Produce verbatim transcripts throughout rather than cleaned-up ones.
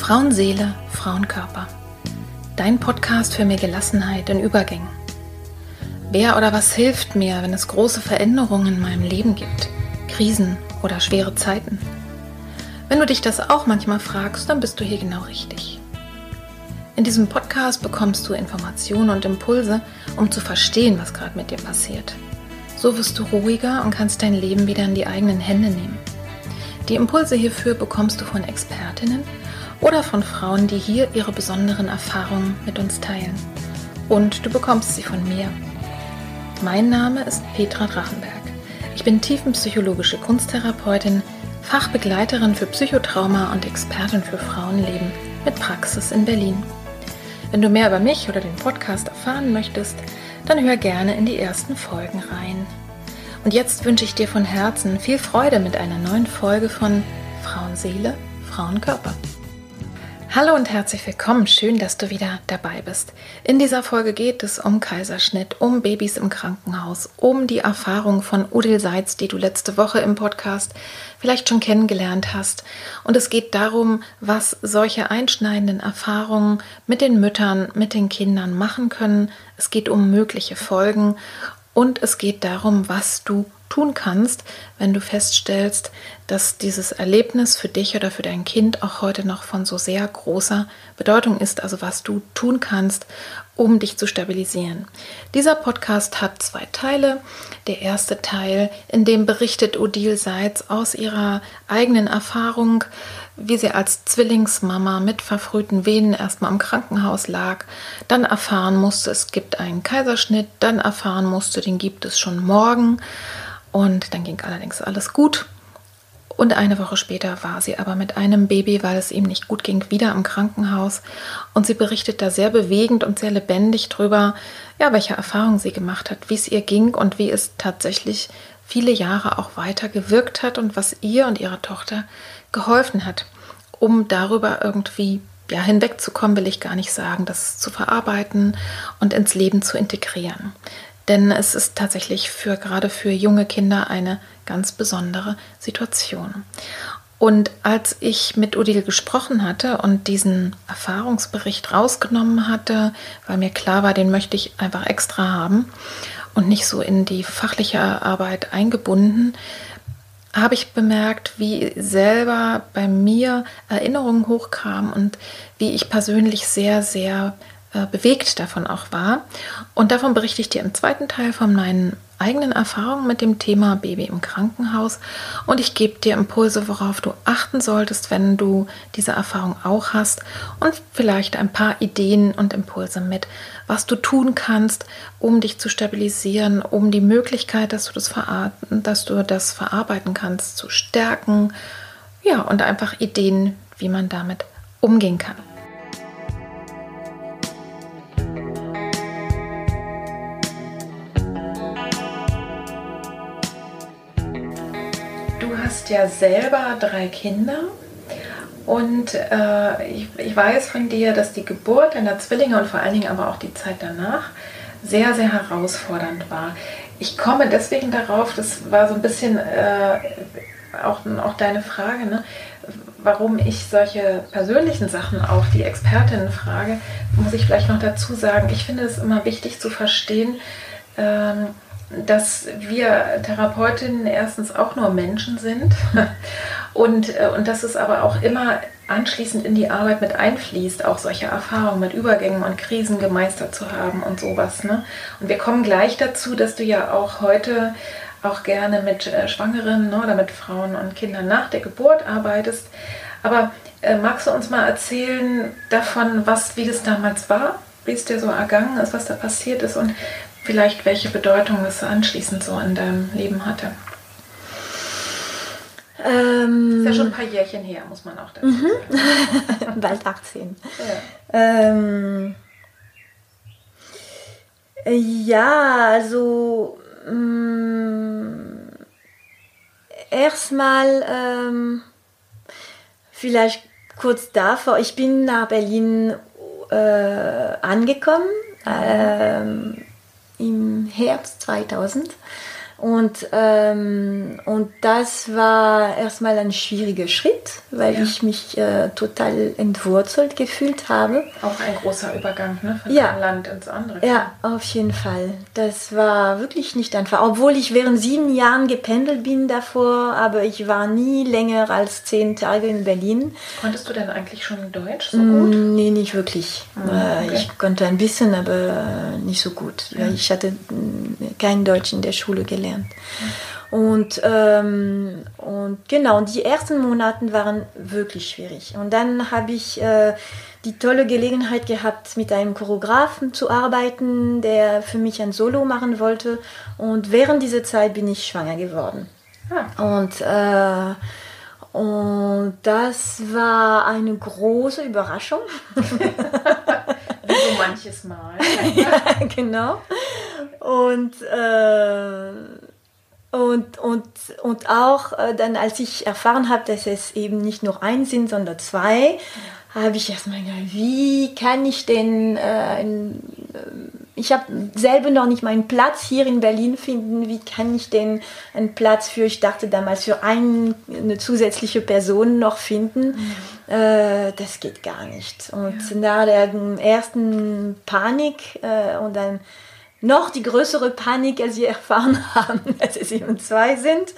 Frauenseele, Frauenkörper. Dein Podcast für mehr Gelassenheit in Übergängen. Wer oder was hilft mir, wenn es große Veränderungen in meinem Leben gibt, Krisen oder schwere Zeiten? Wenn du dich das auch manchmal fragst, dann bist du hier genau richtig. In diesem Podcast bekommst du Informationen und Impulse, um zu verstehen, was gerade mit dir passiert. So wirst du ruhiger und kannst dein Leben wieder in die eigenen Hände nehmen. Die Impulse hierfür bekommst du von Expertinnen oder von Frauen, die hier ihre besonderen Erfahrungen mit uns teilen. Und du bekommst sie von mir. Mein Name ist Petra Drachenberg. Ich bin tiefenpsychologische Kunsttherapeutin, Fachbegleiterin für Psychotrauma und Expertin für Frauenleben mit Praxis in Berlin. Wenn du mehr über mich oder den Podcast erfahren möchtest, dann hör gerne in die ersten Folgen rein. Und jetzt wünsche ich dir von Herzen viel Freude mit einer neuen Folge von Frauenseele, Frauenkörper. Hallo und herzlich willkommen, schön, dass du wieder dabei bist. In dieser Folge geht es um Kaiserschnitt, um Babys im Krankenhaus, um die Erfahrung von Odile Seitz, die du letzte Woche im Podcast vielleicht schon kennengelernt hast. Und es geht darum, was solche einschneidenden Erfahrungen mit den Müttern, mit den Kindern machen können. Es geht um mögliche Folgen und es geht darum, was du tun kannst, wenn du feststellst, dass dieses Erlebnis für dich oder für dein Kind auch heute noch von so sehr großer Bedeutung ist, also was du tun kannst, um dich zu stabilisieren. Dieser Podcast hat zwei Teile. Der erste Teil, in dem berichtet Odile Seitz aus ihrer eigenen Erfahrung, wie sie als Zwillingsmama mit verfrühten Wehen erstmal im Krankenhaus lag, dann erfahren musste, es gibt einen Kaiserschnitt, dann erfahren musste, den gibt es schon morgen. Und dann ging allerdings alles gut. Und eine Woche später war sie aber mit einem Baby, weil es ihm nicht gut ging, wieder im Krankenhaus. Und sie berichtet da sehr bewegend und sehr lebendig drüber, ja, welche Erfahrungen sie gemacht hat, wie es ihr ging und wie es tatsächlich viele Jahre auch weiter gewirkt hat und was ihr und ihrer Tochter geholfen hat, um darüber irgendwie ja, hinwegzukommen, will ich gar nicht sagen, das zu verarbeiten und ins Leben zu integrieren. Denn es ist tatsächlich für gerade für junge Kinder eine ganz besondere Situation. Und als ich mit Odile gesprochen hatte und diesen Erfahrungsbericht rausgenommen hatte, weil mir klar war, den möchte ich einfach extra haben und nicht so in die fachliche Arbeit eingebunden, habe ich bemerkt, wie selber bei mir Erinnerungen hochkamen und wie ich persönlich sehr, sehr bewegt davon auch war. Und davon berichte ich dir im zweiten Teil von meinen eigenen Erfahrungen mit dem Thema Baby im Krankenhaus. Und ich gebe dir Impulse, worauf du achten solltest, wenn du diese Erfahrung auch hast. Und vielleicht ein paar Ideen und Impulse mit, was du tun kannst, um dich zu stabilisieren, um die Möglichkeit, dass du das, verar- dass du das verarbeiten kannst, zu stärken. Ja, und einfach Ideen, wie man damit umgehen kann. Du hast ja selber drei Kinder und äh, ich, ich weiß von dir, dass die Geburt deiner Zwillinge und vor allen Dingen aber auch die Zeit danach sehr, sehr herausfordernd war. Ich komme deswegen darauf, das war so ein bisschen äh, auch, auch deine Frage, ne? Warum ich solche persönlichen Sachen auch die Expertinnen frage, muss ich vielleicht noch dazu sagen, ich finde es immer wichtig zu verstehen, ähm, dass wir Therapeutinnen erstens auch nur Menschen sind und, und dass es aber auch immer anschließend in die Arbeit mit einfließt, auch solche Erfahrungen mit Übergängen und Krisen gemeistert zu haben und sowas. Ne? Und wir kommen gleich dazu, dass du ja auch heute auch gerne mit äh, Schwangeren, ne, oder mit Frauen und Kindern nach der Geburt arbeitest. Aber äh, magst du uns mal erzählen davon, was, wie das damals war, wie es dir so ergangen ist, was da passiert ist und vielleicht welche Bedeutung es anschließend so in deinem Leben hatte? Ähm, ist ja schon ein paar Jährchen her, muss man auch dazu mhm. sagen. Bald achtzehn. Ja, ähm, ja also mh, erstmal ähm, vielleicht kurz davor, ich bin nach Berlin äh, angekommen, ähm, im Herbst zweitausend Und, ähm, und das war erstmal ein schwieriger Schritt, weil ja. ich mich äh, total entwurzelt gefühlt habe. Auch ein großer Übergang, ne? Von ja. einem Land ins andere. Ja, auf jeden Fall. Das war wirklich nicht einfach. Obwohl ich während sieben Jahren gependelt bin davor, aber ich war nie länger als zehn Tage in Berlin. Konntest du denn eigentlich schon Deutsch so gut? Nee, nicht wirklich. Okay. Ich konnte ein bisschen, aber nicht so gut. Ja. Ich hatte kein Deutsch in der Schule gelernt. Und, ähm, und genau, die ersten Monate waren wirklich schwierig. Und dann habe ich äh, die tolle Gelegenheit gehabt, mit einem Choreografen zu arbeiten, der für mich ein Solo machen wollte. Und während dieser Zeit bin ich schwanger geworden. Ah. Und, äh, und das war eine große Überraschung. Wie so manches Mal. Ja, genau. Und, äh, und, und, und auch äh, dann, als ich erfahren habe, dass es eben nicht nur eins sind, sondern zwei, ja. habe ich erstmal gedacht, wie kann ich denn, äh, in, ich habe selber noch nicht meinen Platz hier in Berlin finden, wie kann ich denn einen Platz für, ich dachte damals, für ein, eine zusätzliche Person noch finden. Mhm. Äh, das geht gar nicht. Und ja. nach der ersten Panik äh, und dann noch die größere Panik, als wir erfahren haben, dass es eben zwei sind.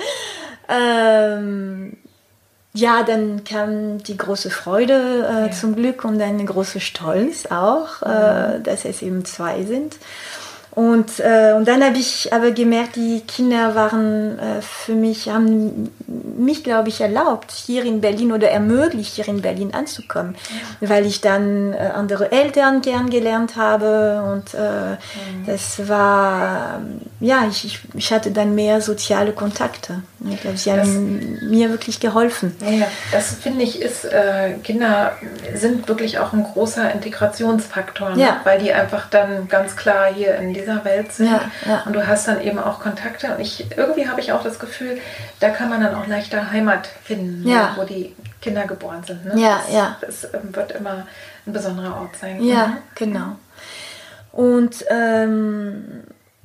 Ähm, ja, dann kam die große Freude äh, ja. zum Glück und dann ein großer Stolz auch, mhm. äh, dass es eben zwei sind. Und, äh, und dann habe ich aber gemerkt, die Kinder waren äh, für mich, haben mich, glaube ich, erlaubt, hier in Berlin oder ermöglicht, hier in Berlin anzukommen, ja. weil ich dann äh, andere Eltern kennengelernt habe und äh, mhm. das war, ja, ich, ich, ich hatte dann mehr soziale Kontakte. Ich glaube, sie das, haben mir wirklich geholfen. Ja, das finde ich ist, äh, Kinder sind wirklich auch ein großer Integrationsfaktor, ne? Ja. Weil die einfach dann ganz klar hier in dieser Welt sind ja, ja. und du hast dann eben auch Kontakte und ich, irgendwie habe ich auch das Gefühl, da kann man dann auch leichter Heimat finden, ja. wo die Kinder geboren sind. Ne? Ja, das, ja. das wird immer ein besonderer Ort sein. Ja, mhm. genau. Und ähm,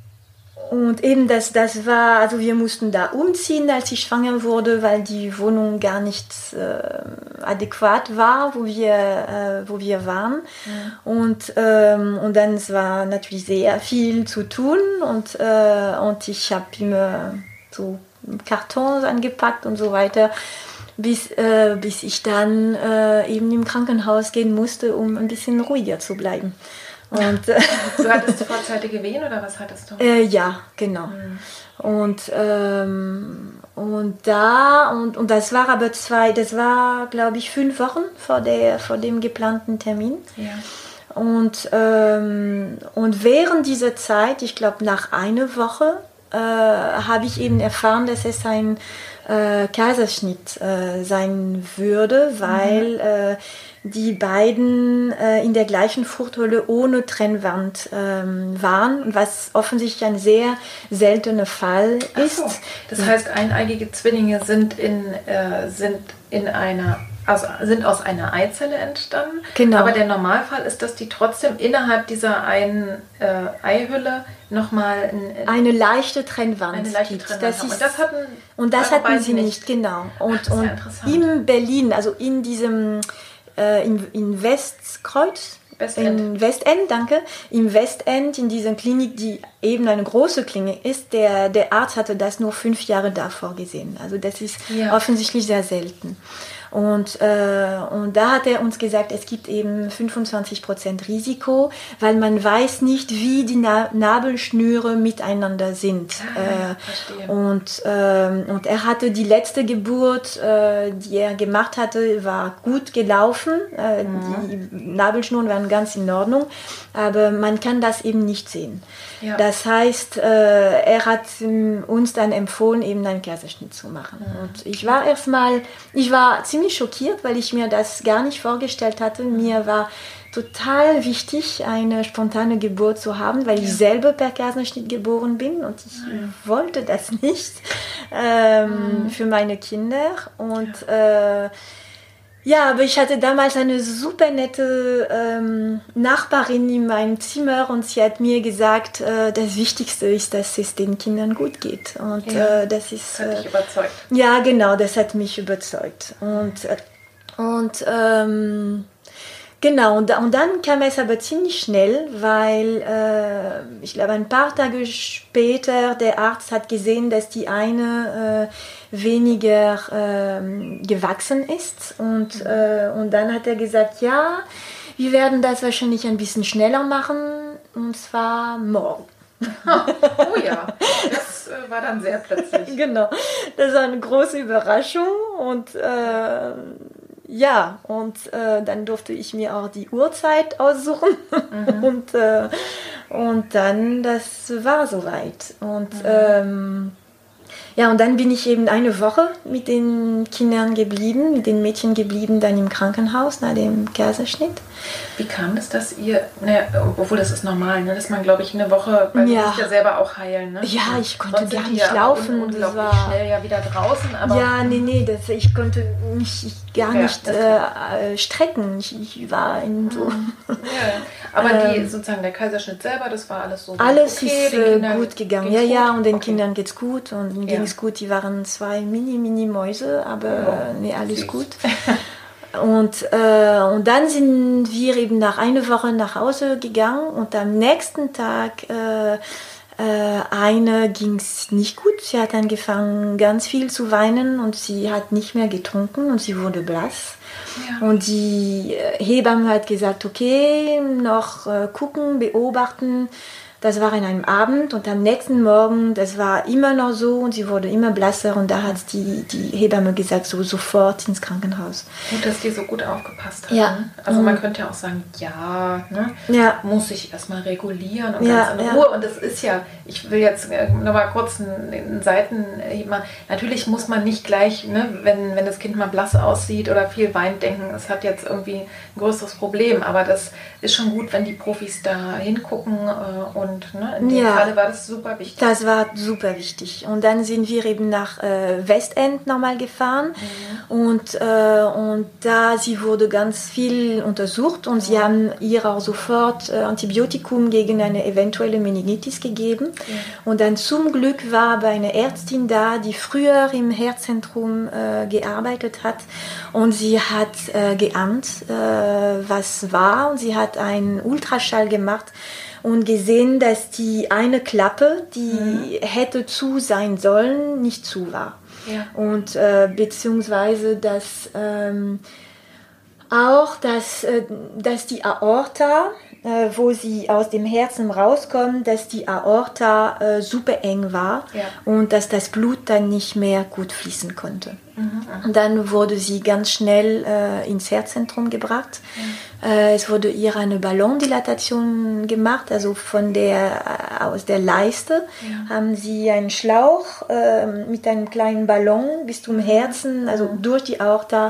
Und eben das, das war, also wir mussten da umziehen, als ich schwanger wurde, weil die Wohnung gar nicht äh, adäquat war, wo wir, äh, wo wir waren. Mhm. Und, ähm, und dann es war natürlich sehr viel zu tun und, äh, und ich habe immer so Kartons angepackt und so weiter, bis, äh, bis ich dann äh, eben im Krankenhaus gehen musste, um ein bisschen ruhiger zu bleiben. Und, äh, du hattest vorzeitige Wehen oder was hattest du? Äh, ja, genau. Mhm. Und, ähm, und da, und, und das war aber zwei, das war, glaube ich, fünf Wochen vor, der, vor dem geplanten Termin. Ja. Und, ähm, und während dieser Zeit, ich glaube nach einer Woche, äh, habe ich eben erfahren, dass es ein äh, Kaiserschnitt äh, sein würde, weil mhm. äh, die beiden äh, in der gleichen Fruchthöhle ohne Trennwand ähm, waren, was offensichtlich ein sehr seltener Fall ist. Ach so. Das heißt, eineigige Zwillinge sind in, äh, sind in einer Also sind aus einer Eizelle entstanden, genau. aber der Normalfall ist, dass die trotzdem innerhalb dieser einen äh, Eihülle nochmal ein, eine leichte Trennwand eine leichte gibt. Trennwand das haben. ist, und das hatten, und das hatten sie nicht, nicht. Genau. Und, Ach, und ja in Berlin, also in diesem äh, in, in Westkreuz, Westend. In Westend, danke. Im Westend, in dieser Klinik, die eben eine große Klinik ist, der, der Arzt hatte das nur fünf Jahre davor gesehen. Also das ist ja. offensichtlich sehr selten. Und, äh, und da hat er uns gesagt, es gibt eben fünfundzwanzig Prozent Risiko, weil man weiß nicht, wie die Na- Nabelschnüre miteinander sind. Ah, äh, und, äh, und er hatte die letzte Geburt, äh, die er gemacht hatte, war gut gelaufen. Äh, mhm. Die Nabelschnuren waren ganz in Ordnung, aber man kann das eben nicht sehen. Ja. Das heißt, äh, er hat uns dann empfohlen, eben einen Kaiserschnitt zu machen. Mhm. Und ich war erstmal, ich war ziemlich schockiert, weil ich mir das gar nicht vorgestellt hatte. Mir war total wichtig, eine spontane Geburt zu haben, weil ja. ich selber per Kaiserschnitt geboren bin und ich ja. wollte das nicht ähm, mhm. für meine Kinder. Und ja. Äh, Ja, aber ich hatte damals eine super nette ähm, Nachbarin in meinem Zimmer und sie hat mir gesagt, äh, das Wichtigste ist, dass es den Kindern gut geht. Und ja, äh, das ist. Das hat dich äh, überzeugt. Ja, genau, das hat mich überzeugt. Und, äh, und ähm, genau, und, und dann kam es aber ziemlich schnell, weil äh, ich glaube, ein paar Tage später der Arzt hat gesehen, dass die eine äh, weniger äh, gewachsen ist. Und, mhm. äh, und dann hat er gesagt, ja, wir werden das wahrscheinlich ein bisschen schneller machen, und zwar morgen. Oh ja, das äh, war dann sehr plötzlich. Genau, das war eine große Überraschung und äh, ja, und äh, dann durfte ich mir auch die Uhrzeit aussuchen mhm. und, äh, und dann, das war soweit. Und mhm. ähm, ja, und dann bin ich eben eine Woche mit den Kindern geblieben, mit den Mädchen geblieben, dann im Krankenhaus nach dem Kaiserschnitt. Wie kam es, dass ihr, ne, obwohl das ist normal, ne, dass man, glaube ich, eine Woche, weil ja. du musst ja selber auch heilen, ne? Ja, ich konnte Sonst gar nicht laufen. Un- das war schnell ja wieder draußen, aber... Ja, nee, nee, das, ich konnte mich gar ja, nicht äh, strecken. Ich, ich war in so... Ja. Aber ähm, die, sozusagen der Kaiserschnitt selber, das war alles so Alles okay, ist äh, gut gegangen. Ja, gut? ja, und den okay. Kindern geht's gut und ihnen ja. ging's gut. Die waren zwei Mini-Mini-Mäuse, aber oh, nee, alles süß. Gut. Und, äh, und dann sind wir eben nach einer Woche nach Hause gegangen und am nächsten Tag äh, äh, eine ging es nicht gut. Sie hat angefangen ganz viel zu weinen und sie hat nicht mehr getrunken und sie wurde blass. Ja. Und die Hebamme hat gesagt, okay, noch äh, gucken, beobachten. Das war in einem Abend und am nächsten Morgen, das war immer noch so und sie wurde immer blasser und da hat die, die Hebamme gesagt, so sofort ins Krankenhaus. Gut, dass die so gut aufgepasst hat. Ja. Ne? Also man könnte ja auch sagen, ja, ne? Ja. Muss ich erstmal regulieren und ja, ganz in ja. Ruhe. Und das ist ja, ich will jetzt noch mal kurz einen Seiten, natürlich muss man nicht gleich, ne, wenn, wenn das Kind mal blass aussieht oder viel weint, denken, es hat jetzt irgendwie ein größeres Problem. Aber das ist schon gut, wenn die Profis da hingucken äh, und Und ne, in dem ja, Falle war das super wichtig. Das war super wichtig. Und dann sind wir eben nach äh, Westend nochmal gefahren. Mhm. Und, äh, und da sie wurde ganz viel untersucht und mhm. sie haben ihr auch sofort äh, Antibiotikum gegen eine eventuelle Meningitis gegeben. Mhm. Und dann zum Glück war aber eine Ärztin da, die früher im Herzzentrum äh, gearbeitet hat. Und sie hat äh, geahnt, äh, was war. Und sie hat einen Ultraschall gemacht und gesehen, dass die eine Klappe, die mhm. hätte zu sein sollen, nicht zu war. Ja. Und äh, beziehungsweise, dass ähm, auch, dass, äh, dass die Aorta, äh, wo sie aus dem Herzen rauskommt, dass die Aorta äh, super eng war ja. und dass das Blut dann nicht mehr gut fließen konnte. Mhm. Und dann wurde sie ganz schnell äh, ins Herzzentrum gebracht. Mhm. Äh, es wurde ihr eine Ballondilatation gemacht, also von der, äh, aus der Leiste ja. haben sie einen Schlauch äh, mit einem kleinen Ballon bis zum Herzen, also mhm. durch die Aorta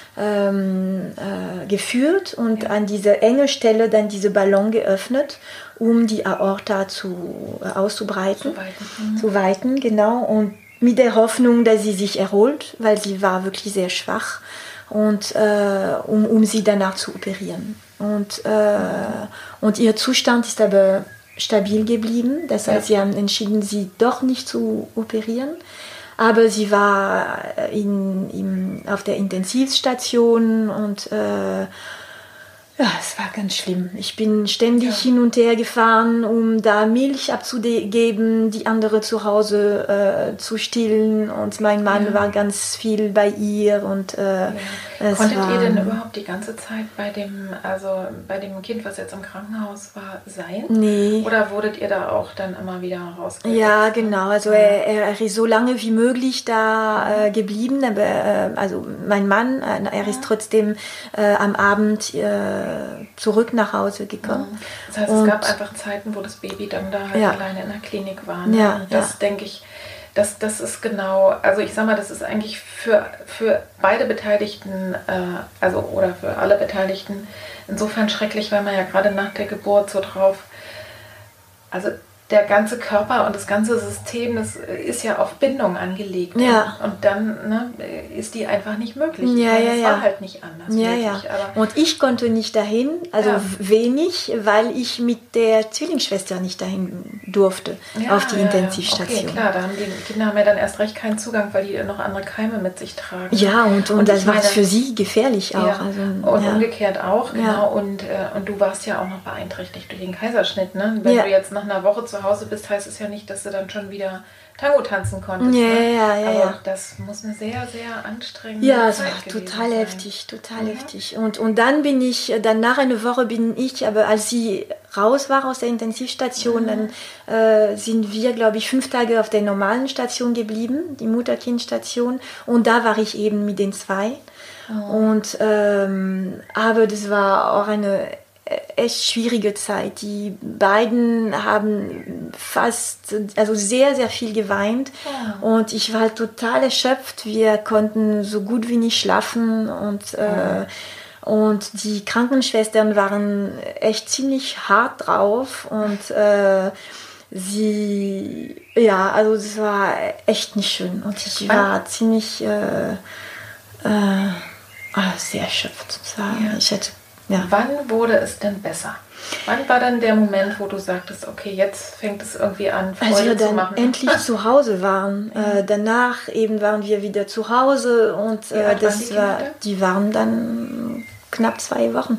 ähm, äh, geführt und ja. an diese enge Stelle dann diese Ballon geöffnet, um die Aorta zu, äh, auszubreiten, zu weiten. Mhm. zu weiten, genau, und mit der Hoffnung, dass sie sich erholt, weil sie war wirklich sehr schwach und äh, um, um sie danach zu operieren. Und, äh, mhm. und ihr Zustand ist aber stabil geblieben, das heißt, ja. sie haben entschieden, sie doch nicht zu operieren. Aber sie war in, in, auf der Intensivstation und äh, ja, es war ganz schlimm. Ich bin ständig ja. hin und her gefahren, um da Milch abzugeben, die andere zu Hause äh, zu stillen. Und mein Mann ja. war ganz viel bei ihr. Und, äh, ja. Konntet war, ihr denn überhaupt die ganze Zeit bei dem, also bei dem Kind, was jetzt im Krankenhaus war, sein? Nee. Oder wurdet ihr da auch dann immer wieder rausgesetzt? Ja, genau. Also ja. Er, er ist so lange wie möglich da äh, geblieben. Aber äh, also mein Mann, äh, er ist trotzdem äh, am Abend äh, zurück nach Hause gekommen. Das heißt, und es gab einfach Zeiten, wo das Baby dann da halt ja. alleine in der Klinik war. Ne? Ja, und das ja. denke ich, das, das ist genau, also ich sag mal, das ist eigentlich für, für beide Beteiligten, äh, also oder für alle Beteiligten insofern schrecklich, weil man ja gerade nach der Geburt so drauf, also der ganze Körper und das ganze System, das ist ja auf Bindung angelegt. Ja. Und, und dann ne, ist die einfach nicht möglich. Ja, meine, ja, es ja. war halt nicht anders Ja, möglich. ja. Aber und ich konnte nicht dahin, also ja. wenig, weil ich mit der Zwillingsschwester nicht dahin durfte, ja, auf die ja, Intensivstation. Okay, klar, da haben die Kinder haben ja dann erst recht keinen Zugang, weil die noch andere Keime mit sich tragen. Ja, und, und, und das war für sie gefährlich auch. Ja. Also, und ja. umgekehrt auch, genau. Ja. Und, äh, und du warst ja auch noch beeinträchtigt durch den Kaiserschnitt. Ne? Wenn ja. du jetzt nach einer Woche zu Hause bist, heißt es ja nicht, dass du dann schon wieder Tango tanzen konntest. Ja, ne? ja, ja, Aber ja. das muss eine sehr, sehr anstrengende Ja, es Zeit war gewesen total sein. heftig, total Mhm. heftig. Und, und dann bin ich, dann nach einer Woche bin ich, aber als sie raus war aus der Intensivstation, Mhm. dann äh, sind wir, glaube ich, fünf Tage auf der normalen Station geblieben, die Mutter-Kind-Station. Und da war ich eben mit den zwei. Oh. Und, ähm, aber das war auch eine echt schwierige Zeit. Die beiden haben fast, also sehr, sehr viel geweint. Ja. Und ich war halt total erschöpft. Wir konnten so gut wie nicht schlafen. Und, Ja. äh, und die Krankenschwestern waren echt ziemlich hart drauf. Und äh, sie, ja, also es war echt nicht schön. Und ich war ziemlich äh, äh, sehr erschöpft. Es war, Ja. Ich hätte Ja. Wann wurde es denn besser? Wann war dann der Moment, wo du sagtest, okay, jetzt fängt es irgendwie an, Freude Als wir zu dann machen? endlich zu Hause waren. Äh, danach eben waren wir wieder zu Hause und Wie äh, alt waren das die Kinder war, da? die waren dann knapp zwei Wochen.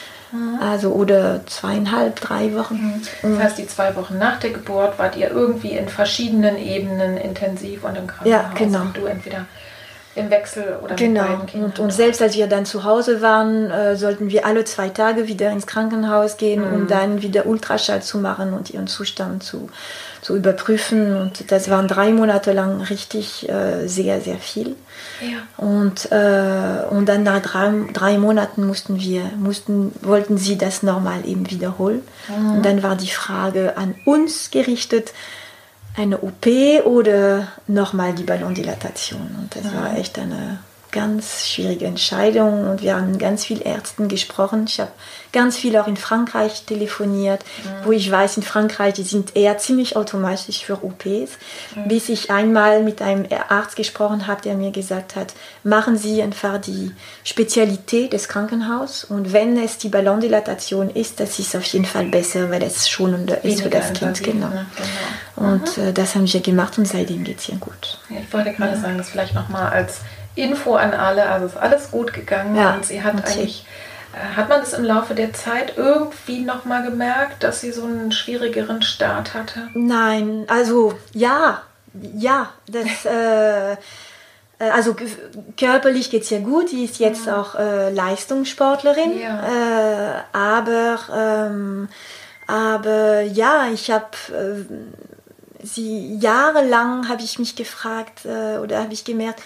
Also oder zweieinhalb, drei Wochen. Das heißt, die zwei Wochen nach der Geburt wart ihr irgendwie in verschiedenen Ebenen intensiv und im Krankenhaus. Ja, genau. Und du entweder im Wechsel oder Genau, mit beiden Kindern. und, und selbst als wir dann zu Hause waren, äh, sollten wir alle zwei Tage wieder ins Krankenhaus gehen, Mhm. um dann wieder Ultraschall zu machen und ihren Zustand zu, zu überprüfen. Und das waren drei Monate lang richtig äh, sehr, sehr viel. Ja. Und, äh, und dann nach drei, drei Monaten mussten wir, mussten, wollten sie das nochmal eben wiederholen. Mhm. Und dann war die Frage an uns gerichtet, eine O P oder nochmal die Ballondilatation. Und das Mhm. war echt eine ganz schwierige Entscheidung. Und wir haben mit ganz vielen Ärzten gesprochen. Ich habe ganz viel auch in Frankreich telefoniert, Mhm. wo ich weiß, in Frankreich, die sind eher ziemlich automatisch für O Ps. Mhm. Bis ich einmal mit einem Arzt gesprochen habe, der mir gesagt hat, machen Sie einfach die Spezialität des Krankenhauses. Und wenn es die Ballondilatation ist, das ist auf jeden Fall besser, weil es schonender ist für das Kind. Genau. Ne? Genau. Und äh, das haben wir gemacht und seitdem geht es ihr gut. Ja, ich wollte gerade ja. sagen, das vielleicht nochmal als Info an alle, also ist alles gut gegangen ja, und sie hat okay. eigentlich, äh, hat man das im Laufe der Zeit irgendwie nochmal gemerkt, dass sie so einen schwierigeren Start hatte? Nein, also ja, ja, das, äh, also körperlich geht es ihr gut, sie ist jetzt ja. auch äh, Leistungssportlerin, ja. äh, aber, ähm, aber ja, ich habe... Äh, Sie jahrelang habe ich mich gefragt äh, oder habe ich gemerkt,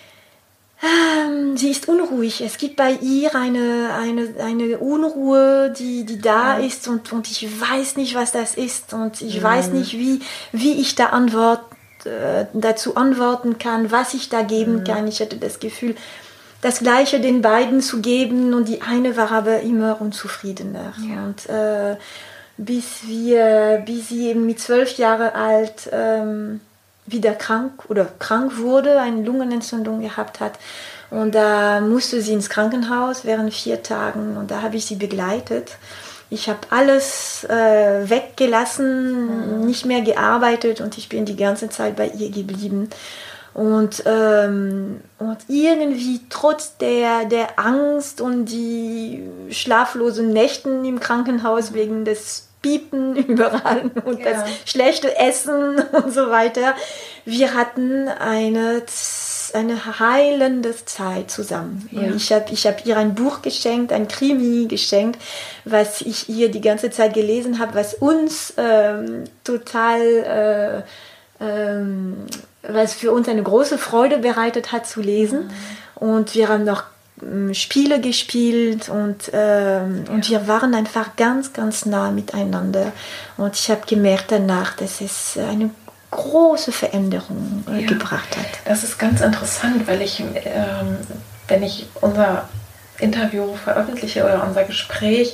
ähm, sie ist unruhig. Es gibt bei ihr eine, eine, eine Unruhe, die, die da ja. ist und, und ich weiß nicht, was das ist und ich mhm. weiß nicht, wie, wie ich da antwort, äh, dazu antworten kann, was ich da geben mhm. kann. Ich hatte das Gefühl, das Gleiche den beiden zu geben und die eine war aber immer unzufriedener. Ja. Und äh, bis wir, bis sie eben mit zwölf Jahre alt ähm, wieder krank oder krank wurde, eine Lungenentzündung gehabt hat. Und da musste sie ins Krankenhaus während vier Tagen und da habe ich sie begleitet. Ich habe alles äh, weggelassen, mhm. nicht mehr gearbeitet und ich bin die ganze Zeit bei ihr geblieben. Und, ähm, und irgendwie trotz der, der Angst und die schlaflosen Nächten im Krankenhaus wegen des Piepen überall und ja. das schlechte Essen und so weiter, wir hatten eine, eine heilende Zeit zusammen. Ja. Ich habe ich hab ihr ein Buch geschenkt, ein Krimi geschenkt, was ich ihr die ganze Zeit gelesen habe, was uns ähm, total... Äh, ähm, was für uns eine große Freude bereitet hat zu lesen. Mhm. Und wir haben noch ähm, Spiele gespielt und, ähm, ja. und wir waren einfach ganz, ganz nah miteinander. Und ich habe gemerkt danach, dass es eine große Veränderung äh, ja. gebracht hat. Das ist ganz interessant, weil ich, ähm, wenn ich unser Interview veröffentliche oder unser Gespräch,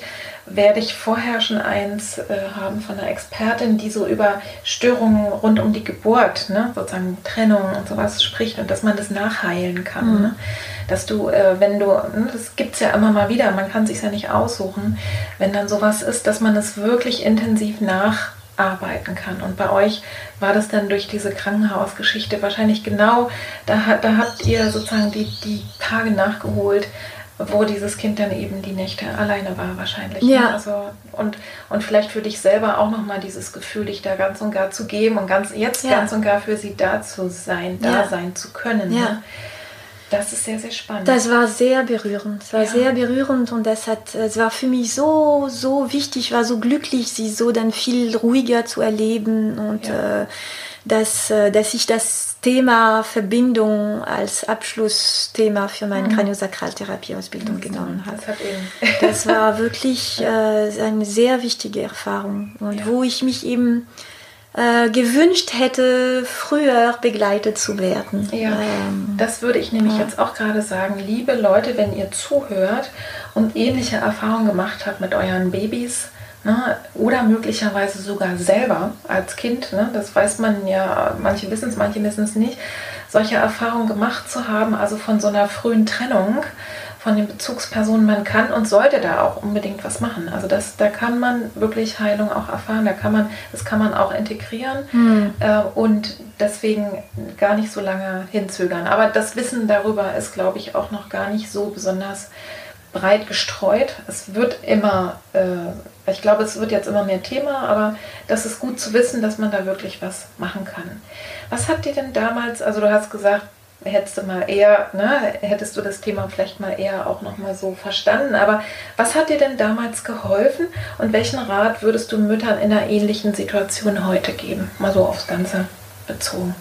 werde ich vorher schon eins äh, haben von einer Expertin, die so über Störungen rund um die Geburt, ne, sozusagen Trennung und sowas spricht und dass man das nachheilen kann. Mhm. Ne? Dass du, äh, wenn du, ne, das gibt es ja immer mal wieder, man kann es sich ja nicht aussuchen, wenn dann sowas ist, dass man es wirklich intensiv nacharbeiten kann. Und bei euch war das dann durch diese Krankenhausgeschichte wahrscheinlich genau, da, da habt ihr sozusagen die, die Tage nachgeholt, wo dieses Kind dann eben die Nächte alleine war wahrscheinlich. Ja. Ne? Also, und, und vielleicht für dich selber auch nochmal dieses Gefühl, dich da ganz und gar zu geben und ganz, jetzt ja. ganz und gar für sie da zu sein, da ja. sein zu können. Ja. Ne? Das ist sehr, sehr spannend. Das war sehr berührend. Es war ja. sehr berührend und das hat, es war für mich so, so wichtig, ich war so glücklich, sie so dann viel ruhiger zu erleben und ja. äh, dass, dass ich das Thema Verbindung als Abschlussthema für meine mhm. Kraniosakraltherapie-Ausbildung genommen habe. Das, hat eben das war wirklich äh, eine sehr wichtige Erfahrung und ja. wo ich mich eben Äh, gewünscht hätte, früher begleitet zu werden. Ja, ähm, das würde ich nämlich ja. jetzt auch gerade sagen. Liebe Leute, wenn ihr zuhört und ähnliche Erfahrungen gemacht habt mit euren Babys, ne, oder möglicherweise sogar selber als Kind, ne, das weiß man ja, manche wissen es, manche wissen es nicht, solche Erfahrungen gemacht zu haben, also von so einer frühen Trennung von den Bezugspersonen, man kann und sollte da auch unbedingt was machen. Also das, da kann man wirklich Heilung auch erfahren, da kann man, das kann man auch integrieren hm. äh, und deswegen gar nicht so lange hinzögern. Aber das Wissen darüber ist, glaube ich, auch noch gar nicht so besonders breit gestreut. Es wird immer, äh, ich glaube, es wird jetzt immer mehr Thema, aber das ist gut zu wissen, dass man da wirklich was machen kann. Was habt ihr denn damals, also du hast gesagt, hättest du mal eher, ne, hättest du das Thema vielleicht mal eher auch noch mal so verstanden. Aber was hat dir denn damals geholfen und welchen Rat würdest du Müttern in einer ähnlichen Situation heute geben? Mal so aufs Ganze bezogen.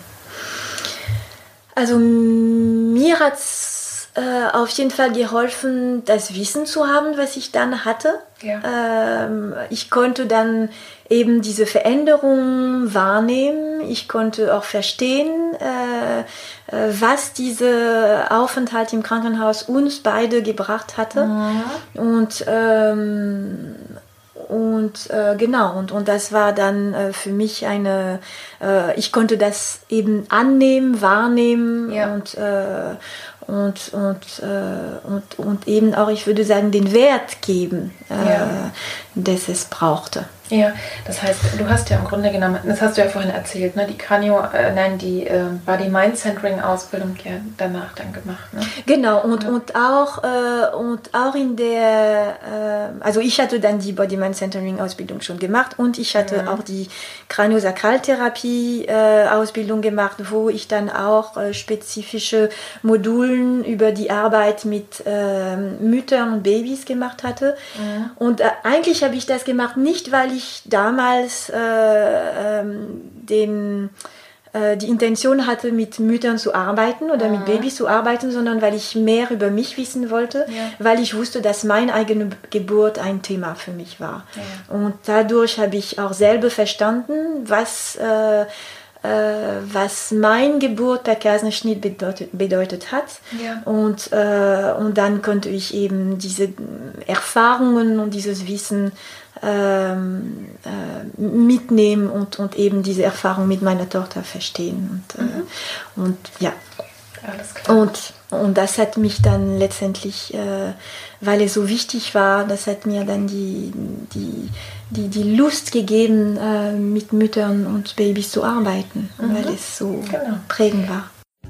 Also mir hat es äh, auf jeden Fall geholfen, das Wissen zu haben, was ich dann hatte. Ja. Ähm, ich konnte dann eben diese Veränderungen wahrnehmen. Ich konnte auch verstehen, äh, äh, was dieser Aufenthalt im Krankenhaus uns beide gebracht hatte. Mhm. Und ähm, Und äh, genau, und, und das war dann äh, für mich eine, äh, ich konnte das eben annehmen, wahrnehmen ja. und, äh, und, und, äh, und, und eben auch, ich würde sagen, den Wert geben, äh, ja. dass es brauchte. Ja, das heißt, du hast ja im Grunde genommen, das hast du ja vorhin erzählt, ne, die Kranio, äh, nein, die äh, Body-Mind-Centering-Ausbildung ja danach dann gemacht, ne? Genau, und, ja. und, auch, äh, und auch in der, äh, also ich hatte dann die Body-Mind-Centering-Ausbildung schon gemacht und ich hatte ja. auch die Kraniosakraltherapie-Ausbildung äh, gemacht, wo ich dann auch äh, spezifische Modulen über die Arbeit mit äh, Müttern und Babys gemacht hatte. Ja. Und äh, eigentlich habe ich das gemacht, nicht weil ich damals äh, ähm, den, äh, die Intention hatte, mit Müttern zu arbeiten oder mhm. mit Babys zu arbeiten, sondern weil ich mehr über mich wissen wollte, ja. weil ich wusste, dass meine eigene Geburt ein Thema für mich war. Ja. Und dadurch habe ich auch selber verstanden, was, äh, äh, was meine Geburt per Kaiserschnitt bedeutet, bedeutet hat. Ja. Und, äh, und dann konnte ich eben diese Erfahrungen und dieses Wissen Ähm, äh, mitnehmen und, und eben diese Erfahrung mit meiner Tochter verstehen. Und, mhm. äh, und ja, alles klar. Und, und das hat mich dann letztendlich, äh, weil es so wichtig war, das hat mir dann die, die, die, die Lust gegeben, äh, mit Müttern und Babys zu arbeiten, mhm. weil es so genau. prägend war.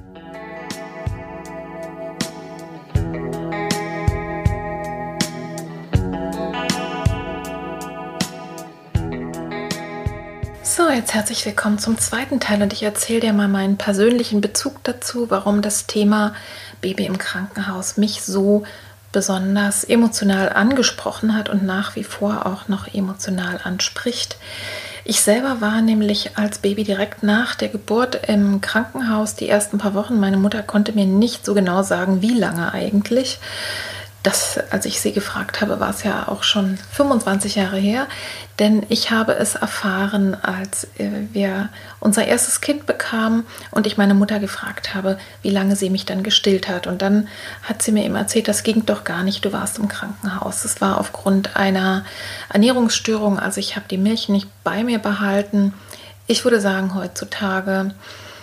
So, jetzt herzlich willkommen zum zweiten Teil und ich erzähle dir mal meinen persönlichen Bezug dazu, warum das Thema Baby im Krankenhaus mich so besonders emotional angesprochen hat und nach wie vor auch noch emotional anspricht. Ich selber war nämlich als Baby direkt nach der Geburt im Krankenhaus die ersten paar Wochen. Meine Mutter konnte mir nicht so genau sagen, wie lange eigentlich. Das, als ich sie gefragt habe, war es ja auch schon fünfundzwanzig Jahre her, denn ich habe es erfahren, als wir unser erstes Kind bekamen und ich meine Mutter gefragt habe, wie lange sie mich dann gestillt hat. Und dann hat sie mir eben erzählt, das ging doch gar nicht, du warst im Krankenhaus. Das war aufgrund einer Ernährungsstörung, also ich habe die Milch nicht bei mir behalten. Ich würde sagen, heutzutage,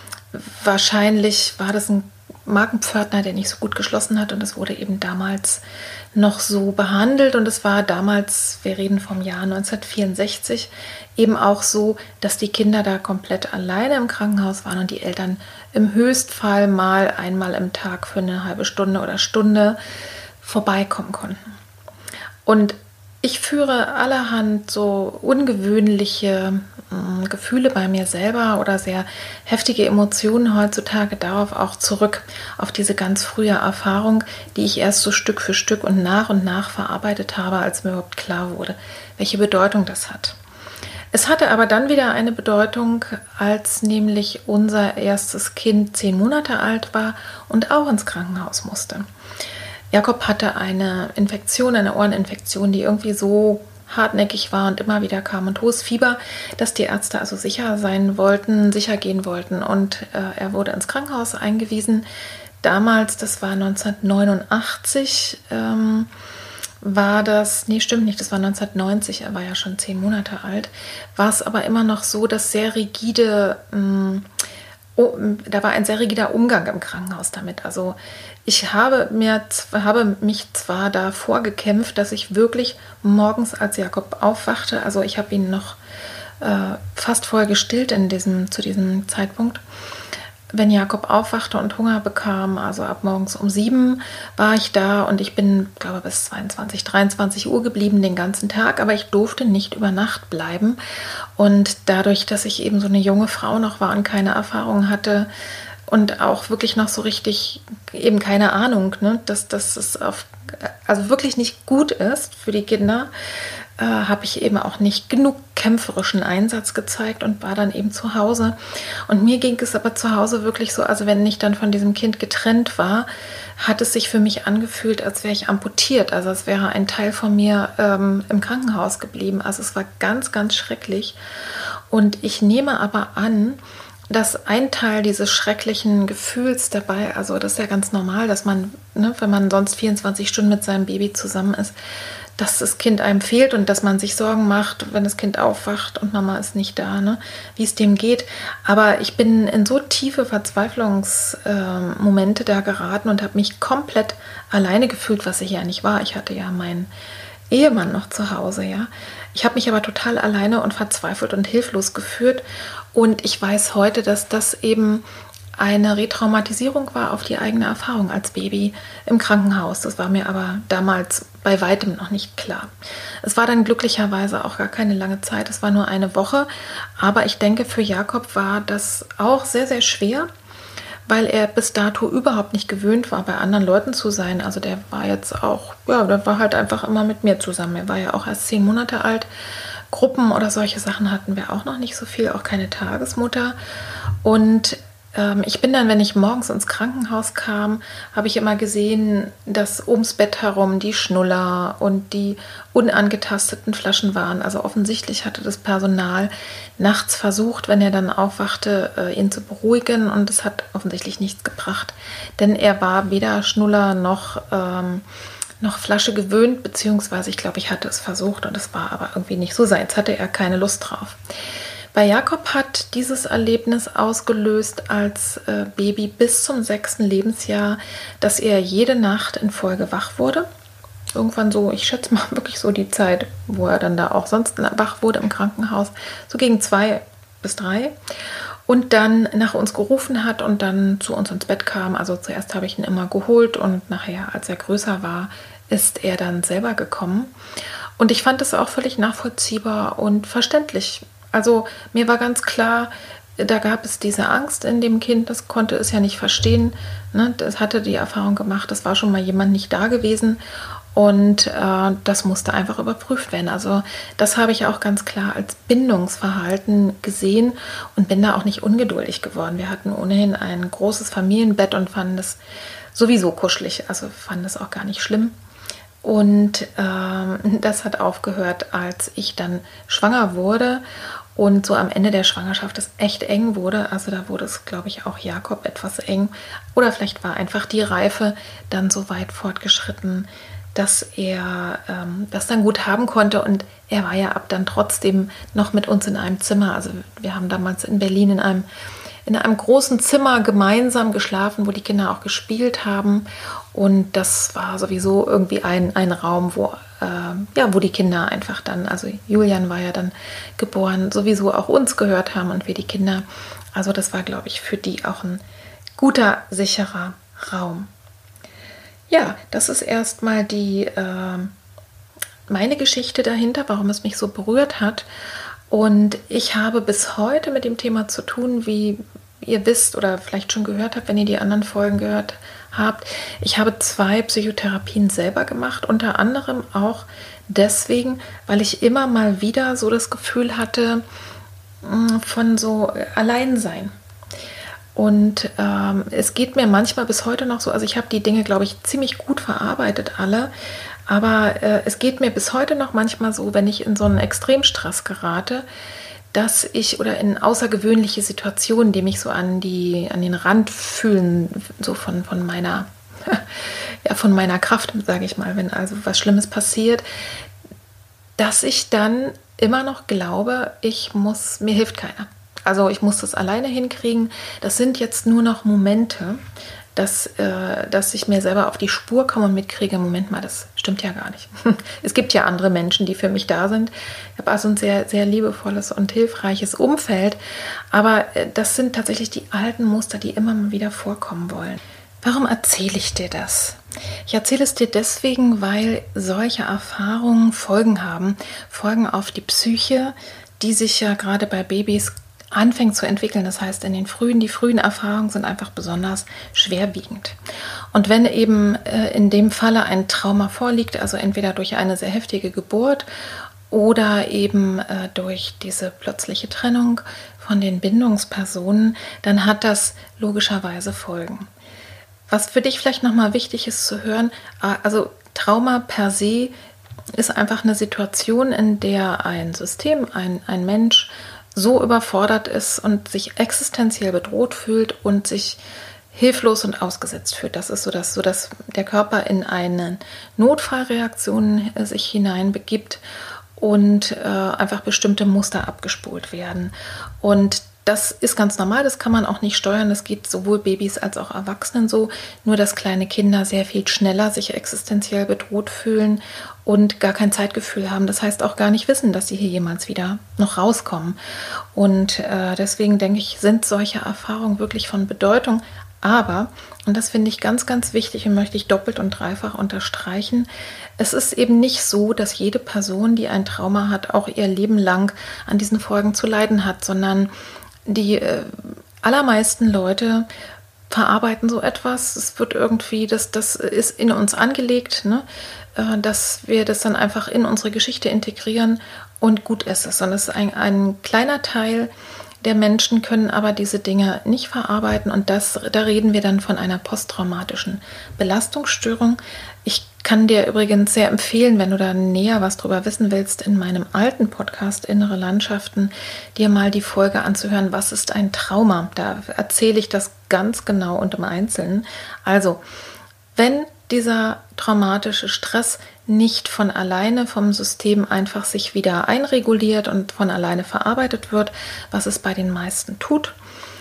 wahrscheinlich war das ein Magenpförtner, der nicht so gut geschlossen hat und es wurde eben damals noch so behandelt und es war damals, wir reden vom Jahr neunzehnhundertvierundsechzig, eben auch so, dass die Kinder da komplett alleine im Krankenhaus waren und die Eltern im Höchstfall mal einmal im Tag für eine halbe Stunde oder Stunde vorbeikommen konnten. Und ich führe allerhand so ungewöhnliche mh, Gefühle bei mir selber oder sehr heftige Emotionen heutzutage darauf auch zurück, auf diese ganz frühe Erfahrung, die ich erst so Stück für Stück und nach und nach verarbeitet habe, als mir überhaupt klar wurde, welche Bedeutung das hat. Es hatte aber dann wieder eine Bedeutung, als nämlich unser erstes Kind zehn Monate alt war und auch ins Krankenhaus musste. Jakob hatte eine Infektion, eine Ohreninfektion, die irgendwie so hartnäckig war und immer wieder kam und hohes Fieber, dass die Ärzte also sicher sein wollten, sicher gehen wollten. Und äh, er wurde ins Krankenhaus eingewiesen. Damals, das war neunzehnhundertneunundachtzig, ähm, war das, nee, stimmt nicht, das war neunzehnhundertneunzig, er war ja schon zehn Monate alt, war es aber immer noch so, dass sehr rigide, mh, oh, da war ein sehr rigider Umgang im Krankenhaus damit. Also ich habe, mir, habe mich zwar davor gekämpft, dass ich wirklich morgens, als Jakob aufwachte, also ich habe ihn noch äh, fast voll gestillt in diesem, zu diesem Zeitpunkt, wenn Jakob aufwachte und Hunger bekam, also ab morgens um sieben war ich da und ich bin, glaube bis zweiundzwanzig, dreiundzwanzig Uhr geblieben den ganzen Tag, aber ich durfte nicht über Nacht bleiben und dadurch, dass ich eben so eine junge Frau noch war und keine Erfahrung hatte und auch wirklich noch so richtig eben keine Ahnung, ne, dass, dass es auf, also wirklich nicht gut ist für die Kinder, äh, habe ich eben auch nicht genug kämpferischen Einsatz gezeigt und war dann eben zu Hause. Und mir ging es aber zu Hause wirklich so, also wenn ich dann von diesem Kind getrennt war, hat es sich für mich angefühlt, als wäre ich amputiert, also als wäre ein Teil von mir ähm, im Krankenhaus geblieben. Also es war ganz, ganz schrecklich. Und ich nehme aber an, dass ein Teil dieses schrecklichen Gefühls dabei, also das ist ja ganz normal, dass man, ne, wenn man sonst vierundzwanzig Stunden mit seinem Baby zusammen ist, dass das Kind einem fehlt und dass man sich Sorgen macht, wenn das Kind aufwacht und Mama ist nicht da, ne, wie es dem geht. Aber ich bin in so tiefe Verzweiflungsmomente äh, da geraten und habe mich komplett alleine gefühlt, was ich ja nicht war. Ich hatte ja meinen Ehemann noch zu Hause, ja. Ich habe mich aber total alleine und verzweifelt und hilflos gefühlt. Und ich weiß heute, dass das eben eine Retraumatisierung war auf die eigene Erfahrung als Baby im Krankenhaus. Das war mir aber damals bei weitem noch nicht klar. Es war dann glücklicherweise auch gar keine lange Zeit. Es war nur eine Woche. Aber ich denke, für Jakob war das auch sehr, sehr schwer, weil er bis dato überhaupt nicht gewöhnt war, bei anderen Leuten zu sein. Also der war jetzt auch, ja, der war halt einfach immer mit mir zusammen. Er war ja auch erst zehn Monate alt. Gruppen oder solche Sachen hatten wir auch noch nicht so viel, auch keine Tagesmutter. Und ähm, ich bin dann, wenn ich morgens ins Krankenhaus kam, habe ich immer gesehen, dass ums Bett herum die Schnuller und die unangetasteten Flaschen waren. Also offensichtlich hatte das Personal nachts versucht, wenn er dann aufwachte, äh, ihn zu beruhigen und es hat offensichtlich nichts gebracht. Denn er war weder Schnuller noch... Ähm, noch Flasche gewöhnt, beziehungsweise ich glaube, ich hatte es versucht und es war aber irgendwie nicht so seins, hatte er keine Lust drauf. Bei Jakob hat dieses Erlebnis ausgelöst als äh, Baby bis zum sechsten Lebensjahr, dass er jede Nacht in Folge wach wurde. Irgendwann so, ich schätze mal wirklich so die Zeit, wo er dann da auch sonst wach wurde im Krankenhaus, so gegen zwei bis drei. Und dann nach uns gerufen hat und dann zu uns ins Bett kam. Also zuerst habe ich ihn immer geholt und nachher, als er größer war, ist er dann selber gekommen. Und ich fand es auch völlig nachvollziehbar und verständlich. Also mir war ganz klar, da gab es diese Angst in dem Kind, das konnte es ja nicht verstehen. Ne? Das hatte die Erfahrung gemacht, es war schon mal jemand nicht da gewesen. Und äh, das musste einfach überprüft werden. Also das habe ich auch ganz klar als Bindungsverhalten gesehen und bin da auch nicht ungeduldig geworden. Wir hatten ohnehin ein großes Familienbett und fanden das sowieso kuschelig, also fanden das auch gar nicht schlimm. Und ähm, das hat aufgehört, als ich dann schwanger wurde und so am Ende der Schwangerschaft es echt eng wurde. Also da wurde es, glaube ich, auch Jakob etwas eng. Oder vielleicht war einfach die Reife dann so weit fortgeschritten, dass er ähm, das dann gut haben konnte. Und er war ja ab dann trotzdem noch mit uns in einem Zimmer. Also wir haben damals in Berlin in einem in einem großen Zimmer gemeinsam geschlafen, wo die Kinder auch gespielt haben. Und das war sowieso irgendwie ein, ein Raum, wo, äh, ja, wo die Kinder einfach dann, also Julian war ja dann geboren, sowieso auch uns gehört haben und wir die Kinder. Also das war, glaube ich, für die auch ein guter, sicherer Raum. Ja, das ist erstmal die äh, meine Geschichte dahinter, warum es mich so berührt hat. Und ich habe bis heute mit dem Thema zu tun, wie ihr wisst oder vielleicht schon gehört habt, wenn ihr die anderen Folgen gehört habt. Ich habe zwei Psychotherapien selber gemacht, unter anderem auch deswegen, weil ich immer mal wieder so das Gefühl hatte von so Alleinsein. Und ähm, es geht mir manchmal bis heute noch so, also ich habe die Dinge, glaube ich, ziemlich gut verarbeitet alle, aber äh, es geht mir bis heute noch manchmal so, wenn ich in so einen Extremstress gerate, dass ich oder in außergewöhnliche Situationen, die mich so an die an den Rand fühlen, so von von meiner ja von meiner Kraft, sage ich mal, wenn also was Schlimmes passiert, dass ich dann immer noch glaube, ich muss, mir hilft keiner. Also ich muss das alleine hinkriegen. Das sind jetzt nur noch Momente, dass, äh, dass ich mir selber auf die Spur komme und mitkriege, Moment mal, das stimmt ja gar nicht. Es gibt ja andere Menschen, die für mich da sind. Ich habe also ein sehr, sehr liebevolles und hilfreiches Umfeld. Aber äh, das sind tatsächlich die alten Muster, die immer mal wieder vorkommen wollen. Warum erzähle ich dir das? Ich erzähle es dir deswegen, weil solche Erfahrungen Folgen haben. Folgen auf die Psyche, die sich ja gerade bei Babys anfängt zu entwickeln. Das heißt, in den frühen, die frühen Erfahrungen sind einfach besonders schwerwiegend. Und wenn eben äh, in dem Falle ein Trauma vorliegt, also entweder durch eine sehr heftige Geburt oder eben äh, durch diese plötzliche Trennung von den Bindungspersonen, dann hat das logischerweise Folgen. Was für dich vielleicht nochmal wichtig ist zu hören, also Trauma per se ist einfach eine Situation, in der ein System, ein, ein Mensch so überfordert ist und sich existenziell bedroht fühlt und sich hilflos und ausgesetzt fühlt. Das ist so, dass, so, dass der Körper in eine Notfallreaktion sich hineinbegibt und äh, einfach bestimmte Muster abgespult werden. Und das ist ganz normal, das kann man auch nicht steuern. Das geht sowohl Babys als auch Erwachsenen so. Nur, dass kleine Kinder sehr viel schneller sich existenziell bedroht fühlen und gar kein Zeitgefühl haben. Das heißt auch gar nicht wissen, dass sie hier jemals wieder noch rauskommen. Und äh, deswegen denke ich, sind solche Erfahrungen wirklich von Bedeutung. Aber, und das finde ich ganz, ganz wichtig und möchte ich doppelt und dreifach unterstreichen, es ist eben nicht so, dass jede Person, die ein Trauma hat, auch ihr Leben lang an diesen Folgen zu leiden hat, sondern die äh, allermeisten Leute verarbeiten so etwas. Es wird irgendwie, das, das ist in uns angelegt, ne? äh, dass wir das dann einfach in unsere Geschichte integrieren und gut ist es. Und es ist ein, ein kleiner Teil der Menschen können aber diese Dinge nicht verarbeiten und das, da reden wir dann von einer posttraumatischen Belastungsstörung. Ich kann dir übrigens sehr empfehlen, wenn du da näher was drüber wissen willst, in meinem alten Podcast Innere Landschaften, dir mal die Folge anzuhören, was ist ein Trauma? Da erzähle ich das ganz genau und im Einzelnen. Also, wenn dieser traumatische Stress nicht von alleine vom System einfach sich wieder einreguliert und von alleine verarbeitet wird, was es bei den meisten tut,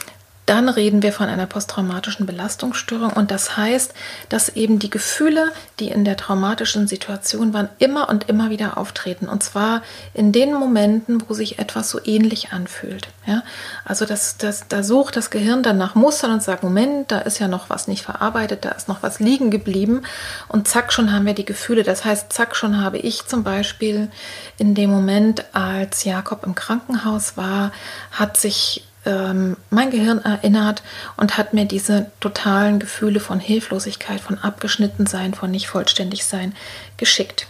dann reden wir von einer posttraumatischen Belastungsstörung und das heißt, dass eben die Gefühle, die in der traumatischen Situation waren, immer und immer wieder auftreten und zwar in den Momenten, wo sich etwas so ähnlich anfühlt. Ja? Also das, das, da sucht das Gehirn dann nach Mustern und sagt, Moment, da ist ja noch was nicht verarbeitet, da ist noch was liegen geblieben und zack, schon haben wir die Gefühle. Das heißt, zack, schon habe ich zum Beispiel in dem Moment, als Jakob im Krankenhaus war, hat sich mein Gehirn erinnert und hat mir diese totalen Gefühle von Hilflosigkeit, von Abgeschnittensein, von nicht vollständig sein geschickt.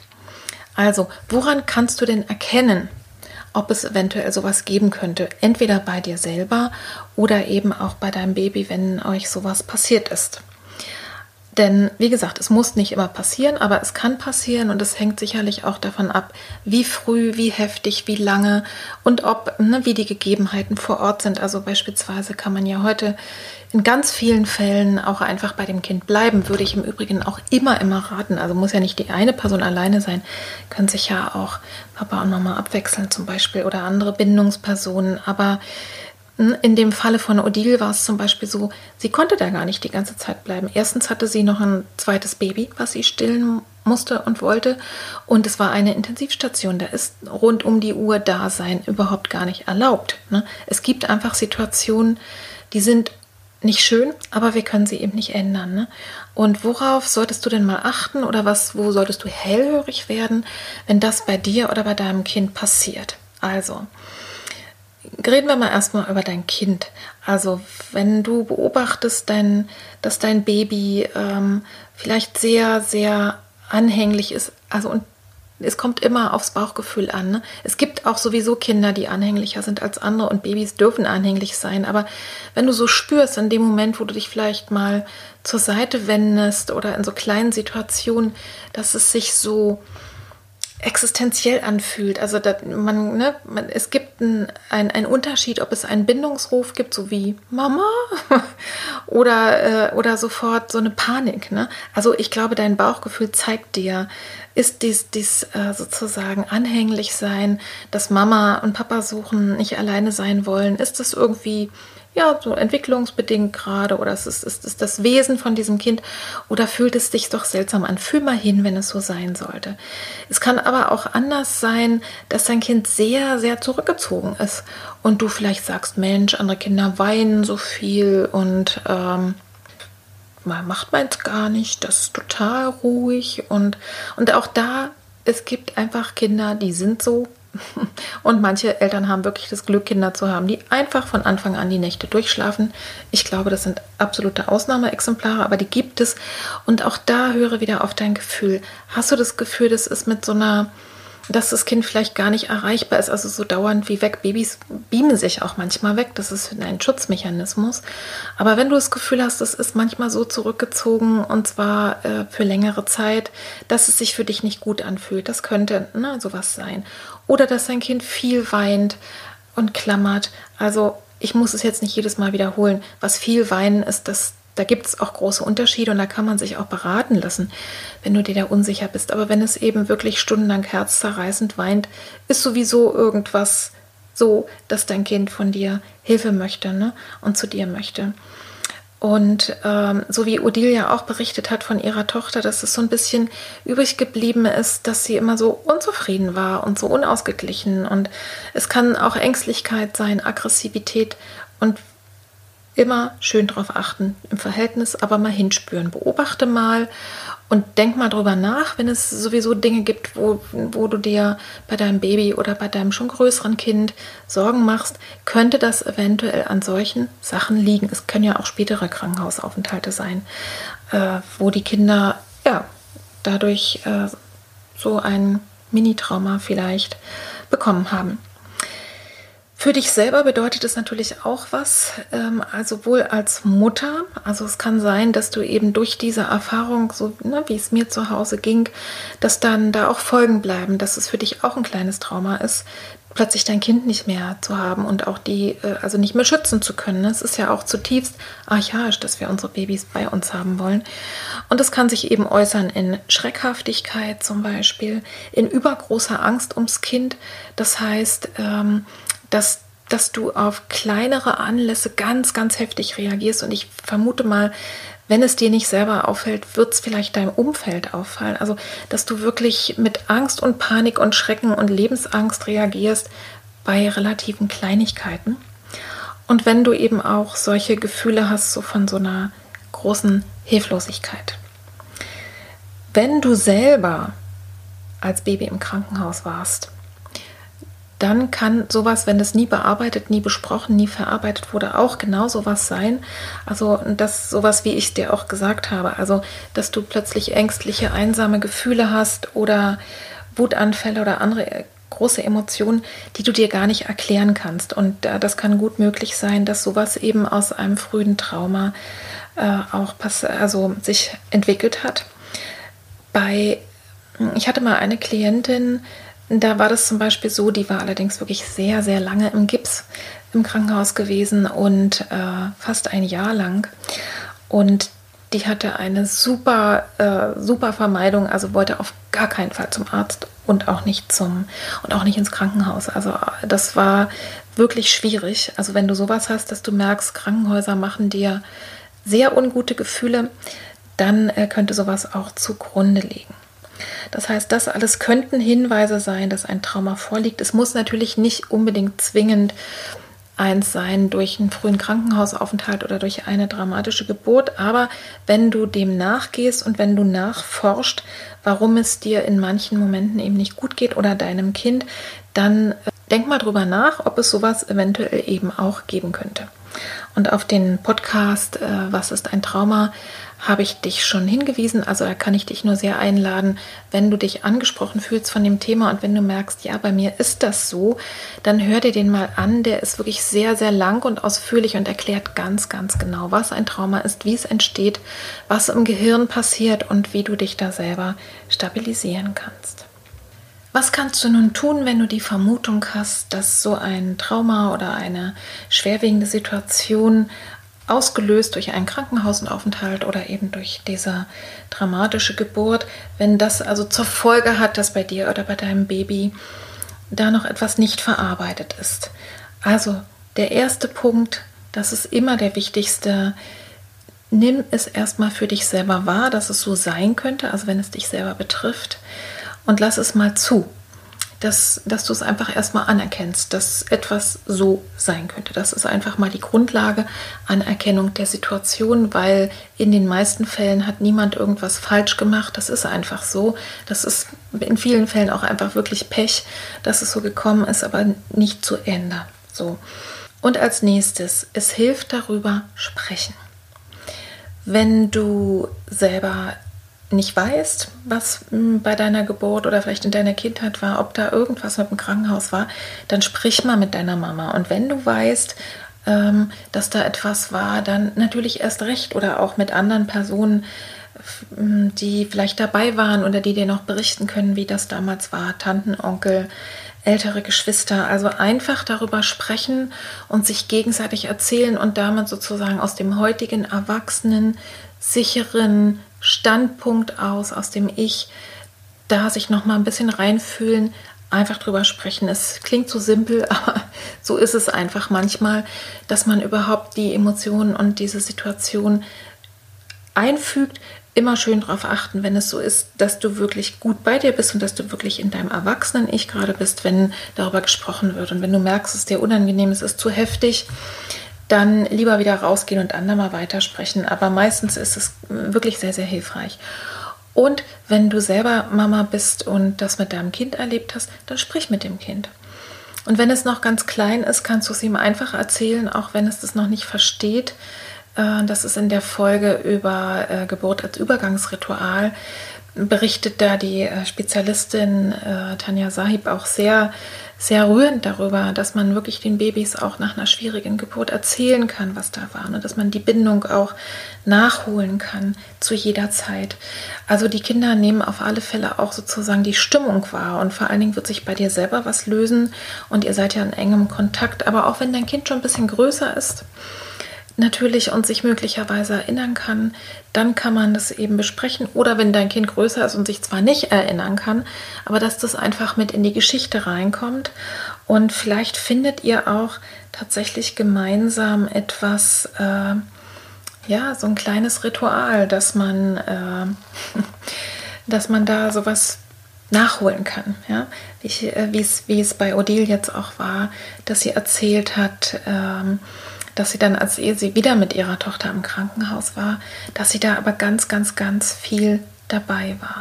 Also, woran kannst du denn erkennen, ob es eventuell sowas geben könnte? Entweder bei dir selber oder eben auch bei deinem Baby, wenn euch sowas passiert ist. Denn, wie gesagt, es muss nicht immer passieren, aber es kann passieren und es hängt sicherlich auch davon ab, wie früh, wie heftig, wie lange und ob, ne, wie die Gegebenheiten vor Ort sind. Also beispielsweise kann man ja heute in ganz vielen Fällen auch einfach bei dem Kind bleiben, würde ich im Übrigen auch immer, immer raten. Also muss ja nicht die eine Person alleine sein, können sich ja auch Papa und Mama abwechseln zum Beispiel oder andere Bindungspersonen, aber in dem Falle von Odile war es zum Beispiel so, sie konnte da gar nicht die ganze Zeit bleiben. Erstens hatte sie noch ein zweites Baby, was sie stillen musste und wollte. Und es war eine Intensivstation. Da ist rund um die Uhr Dasein überhaupt gar nicht erlaubt. Ne? Es gibt einfach Situationen, die sind nicht schön, aber wir können sie eben nicht ändern. Ne? Und worauf solltest du denn mal achten oder was, wo solltest du hellhörig werden, wenn das bei dir oder bei deinem Kind passiert? Also, reden wir mal erstmal über dein Kind. Also wenn du beobachtest, dein, dass dein Baby ähm, vielleicht sehr, sehr anhänglich ist, also und es kommt immer aufs Bauchgefühl an. Ne? Es gibt auch sowieso Kinder, die anhänglicher sind als andere und Babys dürfen anhänglich sein. Aber wenn du so spürst, in dem Moment, wo du dich vielleicht mal zur Seite wendest oder in so kleinen Situationen, dass es sich so existenziell anfühlt. Also dass man, ne, man, es gibt einen ein Unterschied, ob es einen Bindungsruf gibt, so wie Mama oder, äh, oder sofort so eine Panik. Ne? Also ich glaube, dein Bauchgefühl zeigt dir, ist dies, dies äh, sozusagen anhänglich sein, dass Mama und Papa suchen, nicht alleine sein wollen, ist das irgendwie ja, so entwicklungsbedingt gerade oder ist es ist, ist das Wesen von diesem Kind oder fühlt es sich doch seltsam an? Fühl mal hin, wenn es so sein sollte. Es kann aber auch anders sein, dass dein Kind sehr, sehr zurückgezogen ist und du vielleicht sagst, Mensch, andere Kinder weinen so viel und ähm, macht meins gar nicht, das ist total ruhig und, und auch da, es gibt einfach Kinder, die sind so. Und manche Eltern haben wirklich das Glück, Kinder zu haben, die einfach von Anfang an die Nächte durchschlafen. Ich glaube, das sind absolute Ausnahmeexemplare, aber die gibt es. Und auch da höre wieder auf dein Gefühl. Hast du das Gefühl, das ist mit so einer, dass das Kind vielleicht gar nicht erreichbar ist, also so dauernd wie weg. Babys beamen sich auch manchmal weg, das ist ein Schutzmechanismus. Aber wenn du das Gefühl hast, das ist manchmal so zurückgezogen und zwar äh, für längere Zeit, dass es sich für dich nicht gut anfühlt, das könnte ne, sowas sein. Oder dass dein Kind viel weint und klammert. Also ich muss es jetzt nicht jedes Mal wiederholen. Was viel weinen ist, das da gibt es auch große Unterschiede und da kann man sich auch beraten lassen, wenn du dir da unsicher bist. Aber wenn es eben wirklich stundenlang herzzerreißend weint, ist sowieso irgendwas so, dass dein Kind von dir Hilfe möchte, ne? Und zu dir möchte. Und ähm, so wie Odile ja auch berichtet hat von ihrer Tochter, dass es so ein bisschen übrig geblieben ist, dass sie immer so unzufrieden war und so unausgeglichen. Und es kann auch Ängstlichkeit sein, Aggressivität und immer schön drauf achten im Verhältnis, aber mal hinspüren. Beobachte mal und denk mal drüber nach, wenn es sowieso Dinge gibt, wo, wo du dir bei deinem Baby oder bei deinem schon größeren Kind Sorgen machst, könnte das eventuell an solchen Sachen liegen. Es können ja auch spätere Krankenhausaufenthalte sein, äh, wo die Kinder ja dadurch äh, so ein Mini-Trauma vielleicht bekommen haben. Für dich selber bedeutet es natürlich auch was, ähm, also wohl als Mutter. Also es kann sein, dass du eben durch diese Erfahrung, so ne, wie es mir zu Hause ging, dass dann da auch Folgen bleiben, dass es für dich auch ein kleines Trauma ist, plötzlich dein Kind nicht mehr zu haben und auch die, äh, also nicht mehr schützen zu können. Es ist ja auch zutiefst archaisch, dass wir unsere Babys bei uns haben wollen. Und es kann sich eben äußern in Schreckhaftigkeit zum Beispiel, in übergroßer Angst ums Kind. Das heißt, ähm, dass, dass du auf kleinere Anlässe ganz, ganz heftig reagierst. Und ich vermute mal, wenn es dir nicht selber auffällt, wird es vielleicht deinem Umfeld auffallen. Also, dass du wirklich mit Angst und Panik und Schrecken und Lebensangst reagierst bei relativen Kleinigkeiten. Und wenn du eben auch solche Gefühle hast, so von so einer großen Hilflosigkeit. Wenn du selber als Baby im Krankenhaus warst, dann kann sowas, wenn das nie bearbeitet, nie besprochen, nie verarbeitet wurde, auch genau sowas sein. Also das sowas, wie ich dir auch gesagt habe, also dass du plötzlich ängstliche, einsame Gefühle hast oder Wutanfälle oder andere große Emotionen, die du dir gar nicht erklären kannst. Und äh, das kann gut möglich sein, dass sowas eben aus einem frühen Trauma äh, auch pass- also sich entwickelt hat. Bei, ich hatte mal eine Klientin, da war das zum Beispiel so, die war allerdings wirklich sehr, sehr lange im Gips im Krankenhaus gewesen und äh, fast ein Jahr lang. Und die hatte eine super, äh, super Vermeidung, also wollte auf gar keinen Fall zum Arzt und auch nicht zum und auch nicht ins Krankenhaus. Also das war wirklich schwierig. Also wenn du sowas hast, dass du merkst, Krankenhäuser machen dir sehr ungute Gefühle, dann äh, könnte sowas auch zugrunde liegen. Das heißt, das alles könnten Hinweise sein, dass ein Trauma vorliegt. Es muss natürlich nicht unbedingt zwingend eins sein durch einen frühen Krankenhausaufenthalt oder durch eine dramatische Geburt. Aber wenn du dem nachgehst und wenn du nachforscht, warum es dir in manchen Momenten eben nicht gut geht oder deinem Kind, dann denk mal drüber nach, ob es sowas eventuell eben auch geben könnte. Und auf den Podcast äh, Was ist ein Trauma? Habe ich dich schon hingewiesen. Also da kann ich dich nur sehr einladen, wenn du dich angesprochen fühlst von dem Thema und wenn du merkst, ja, bei mir ist das so, dann hör dir den mal an. Der ist wirklich sehr, sehr lang und ausführlich und erklärt ganz, ganz genau, was ein Trauma ist, wie es entsteht, was im Gehirn passiert und wie du dich da selber stabilisieren kannst. Was kannst du nun tun, wenn du die Vermutung hast, dass so ein Trauma oder eine schwerwiegende Situation ausgelöst durch einen Krankenhausaufenthalt oder eben durch diese dramatische Geburt, wenn das also zur Folge hat, dass bei dir oder bei deinem Baby da noch etwas nicht verarbeitet ist? Also der erste Punkt, das ist immer der wichtigste, nimm es erstmal für dich selber wahr, dass es so sein könnte, also wenn es dich selber betrifft, und lass es mal zu, dass, dass du es einfach erstmal anerkennst, dass etwas so sein könnte. Das ist einfach mal die Grundlage, Anerkennung der Situation, weil in den meisten Fällen hat niemand irgendwas falsch gemacht. Das ist einfach so. Das ist in vielen Fällen auch einfach wirklich Pech, dass es so gekommen ist, aber nicht zu ändern. So. Und als nächstes, es hilft darüber sprechen. Wenn du selber nicht weißt, was bei deiner Geburt oder vielleicht in deiner Kindheit war, ob da irgendwas mit dem Krankenhaus war, dann sprich mal mit deiner Mama. Und wenn du weißt, ähm, dass da etwas war, dann natürlich erst recht oder auch mit anderen Personen, die vielleicht dabei waren oder die dir noch berichten können, wie das damals war, Tanten, Onkel, ältere Geschwister. Also einfach darüber sprechen und sich gegenseitig erzählen und damit sozusagen aus dem heutigen erwachsenen, sicheren Standpunkt aus, aus dem Ich, da sich noch mal ein bisschen reinfühlen, einfach drüber sprechen. Es klingt so simpel, aber so ist es einfach manchmal, dass man überhaupt die Emotionen und diese Situation einfügt. Immer schön darauf achten, wenn es so ist, dass du wirklich gut bei dir bist und dass du wirklich in deinem Erwachsenen-Ich gerade bist, wenn darüber gesprochen wird. Und wenn du merkst, es ist dir unangenehm, es ist zu heftig, dann lieber wieder rausgehen und andermal weitersprechen. Aber meistens ist es wirklich sehr, sehr hilfreich. Und wenn du selber Mama bist und das mit deinem Kind erlebt hast, dann sprich mit dem Kind. Und wenn es noch ganz klein ist, kannst du es ihm einfach erzählen, auch wenn es das noch nicht versteht. Das ist in der Folge über Geburt als Übergangsritual. Berichtet da die Spezialistin Tanja Sahib auch sehr, sehr rührend darüber, dass man wirklich den Babys auch nach einer schwierigen Geburt erzählen kann, was da war, und dass man die Bindung auch nachholen kann zu jeder Zeit. Also die Kinder nehmen auf alle Fälle auch sozusagen die Stimmung wahr und vor allen Dingen wird sich bei dir selber was lösen und ihr seid ja in engem Kontakt. Aber auch wenn dein Kind schon ein bisschen größer ist, natürlich und sich möglicherweise erinnern kann, dann kann man das eben besprechen. Oder wenn dein Kind größer ist und sich zwar nicht erinnern kann, aber dass das einfach mit in die Geschichte reinkommt. Und vielleicht findet ihr auch tatsächlich gemeinsam etwas, äh, ja, so ein kleines Ritual, dass man, äh, dass man da sowas nachholen kann. Ja? Wie, äh, wie es, wie es bei Odile jetzt auch war, dass sie erzählt hat, ähm, dass sie dann, als sie wieder mit ihrer Tochter im Krankenhaus war, dass sie da aber ganz, ganz, ganz viel dabei war.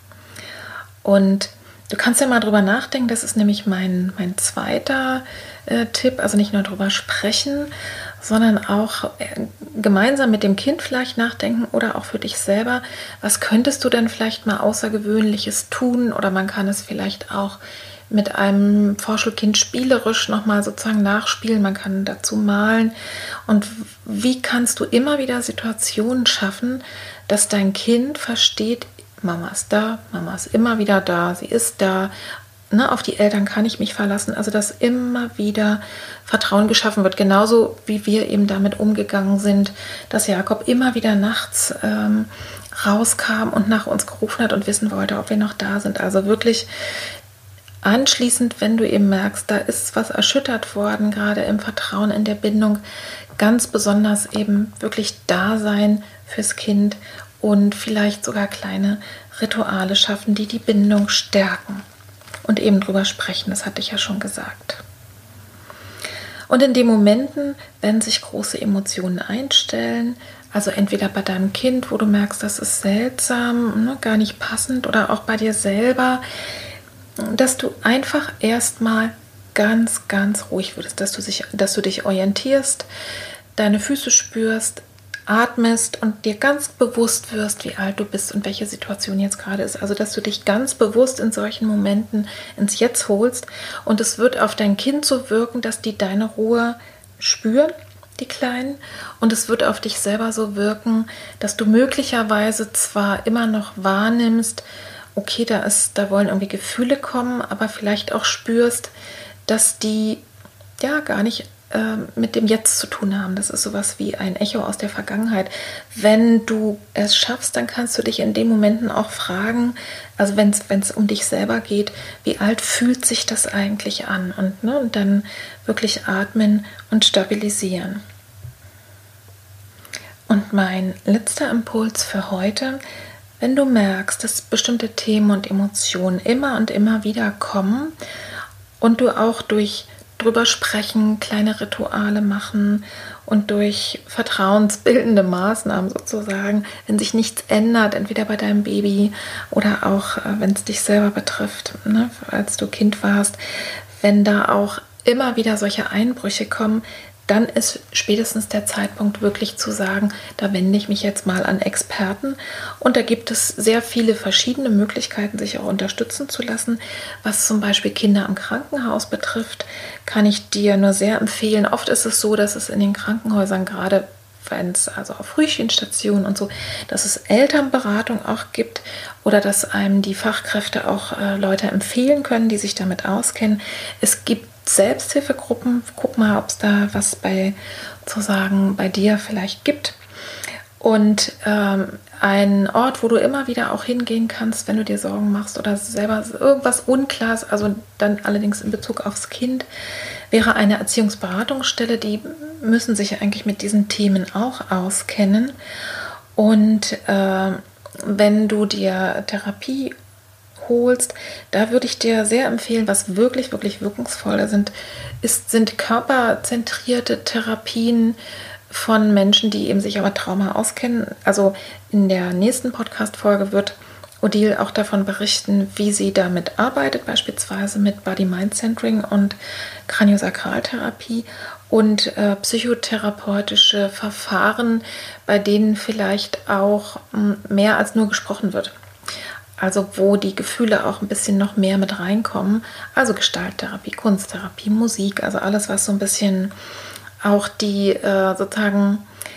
Und du kannst ja mal drüber nachdenken, das ist nämlich mein, mein zweiter äh, Tipp, also nicht nur drüber sprechen, sondern auch äh, gemeinsam mit dem Kind vielleicht nachdenken oder auch für dich selber, was könntest du denn vielleicht mal Außergewöhnliches tun, oder man kann es vielleicht auch mit einem Vorschulkind spielerisch nochmal sozusagen nachspielen. Man kann dazu malen. Und wie kannst du immer wieder Situationen schaffen, dass dein Kind versteht, Mama ist da, Mama ist immer wieder da, sie ist da. Ne, auf die Eltern kann ich mich verlassen. Also dass immer wieder Vertrauen geschaffen wird. Genauso wie wir eben damit umgegangen sind, dass Jakob immer wieder nachts ähm, rauskam und nach uns gerufen hat und wissen wollte, ob wir noch da sind. Also wirklich anschließend, wenn du eben merkst, da ist was erschüttert worden, gerade im Vertrauen, in der Bindung, ganz besonders eben wirklich da sein fürs Kind und vielleicht sogar kleine Rituale schaffen, die die Bindung stärken. Und eben drüber sprechen, das hatte ich ja schon gesagt. Und in den Momenten, wenn sich große Emotionen einstellen, also entweder bei deinem Kind, wo du merkst, das ist seltsam, ne, gar nicht passend, oder auch bei dir selber, dass du einfach erstmal ganz, ganz ruhig wirst, dass du, sich, dass du dich orientierst, deine Füße spürst, atmest und dir ganz bewusst wirst, wie alt du bist und welche Situation jetzt gerade ist. Also, dass du dich ganz bewusst in solchen Momenten ins Jetzt holst und es wird auf dein Kind so wirken, dass die deine Ruhe spüren, die Kleinen, und es wird auf dich selber so wirken, dass du möglicherweise zwar immer noch wahrnimmst, okay, da ist, da wollen irgendwie Gefühle kommen, aber vielleicht auch spürst, dass die ja gar nicht mit dem Jetzt zu tun haben. Das ist sowas wie ein Echo aus der Vergangenheit. Wenn du es schaffst, dann kannst du dich in den Momenten auch fragen, also wenn es um dich selber geht, wie alt fühlt sich das eigentlich an? Und, ne, und dann wirklich atmen und stabilisieren. Und mein letzter Impuls für heute: Wenn du merkst, dass bestimmte Themen und Emotionen immer und immer wieder kommen und du auch durch drüber sprechen, kleine Rituale machen und durch vertrauensbildende Maßnahmen sozusagen, wenn sich nichts ändert, entweder bei deinem Baby oder auch, äh, wenn es dich selber betrifft, ne, als du Kind warst, wenn da auch immer wieder solche Einbrüche kommen, dann ist spätestens der Zeitpunkt wirklich zu sagen, da wende ich mich jetzt mal an Experten. Und da gibt es sehr viele verschiedene Möglichkeiten, sich auch unterstützen zu lassen. Was zum Beispiel Kinder im Krankenhaus betrifft, kann ich dir nur sehr empfehlen. Oft ist es so, dass es in den Krankenhäusern, gerade wenn es also auf Frühchenstationen und so, dass es Elternberatung auch gibt oder dass einem die Fachkräfte auch äh, Leute empfehlen können, die sich damit auskennen. Es gibt Selbsthilfegruppen, guck mal, ob es da was bei, sozusagen, bei dir vielleicht gibt. Und ähm, ein Ort, wo du immer wieder auch hingehen kannst, wenn du dir Sorgen machst oder selber irgendwas unklar ist, also dann allerdings in Bezug aufs Kind, wäre eine Erziehungsberatungsstelle. Die müssen sich eigentlich mit diesen Themen auch auskennen. Und äh, wenn du dir Therapie holst, da würde ich dir sehr empfehlen, was wirklich, wirklich wirkungsvoller sind, ist, sind körperzentrierte Therapien von Menschen, die eben sich aber Trauma auskennen. Also in der nächsten Podcast-Folge wird Odile auch davon berichten, wie sie damit arbeitet, beispielsweise mit Body-Mind-Centering und Kraniosakraltherapie und äh, psychotherapeutische Verfahren, bei denen vielleicht auch m, mehr als nur gesprochen wird. Also wo die Gefühle auch ein bisschen noch mehr mit reinkommen. Also Gestalttherapie, Kunsttherapie, Musik, also alles, was so ein bisschen auch die äh, sozusagen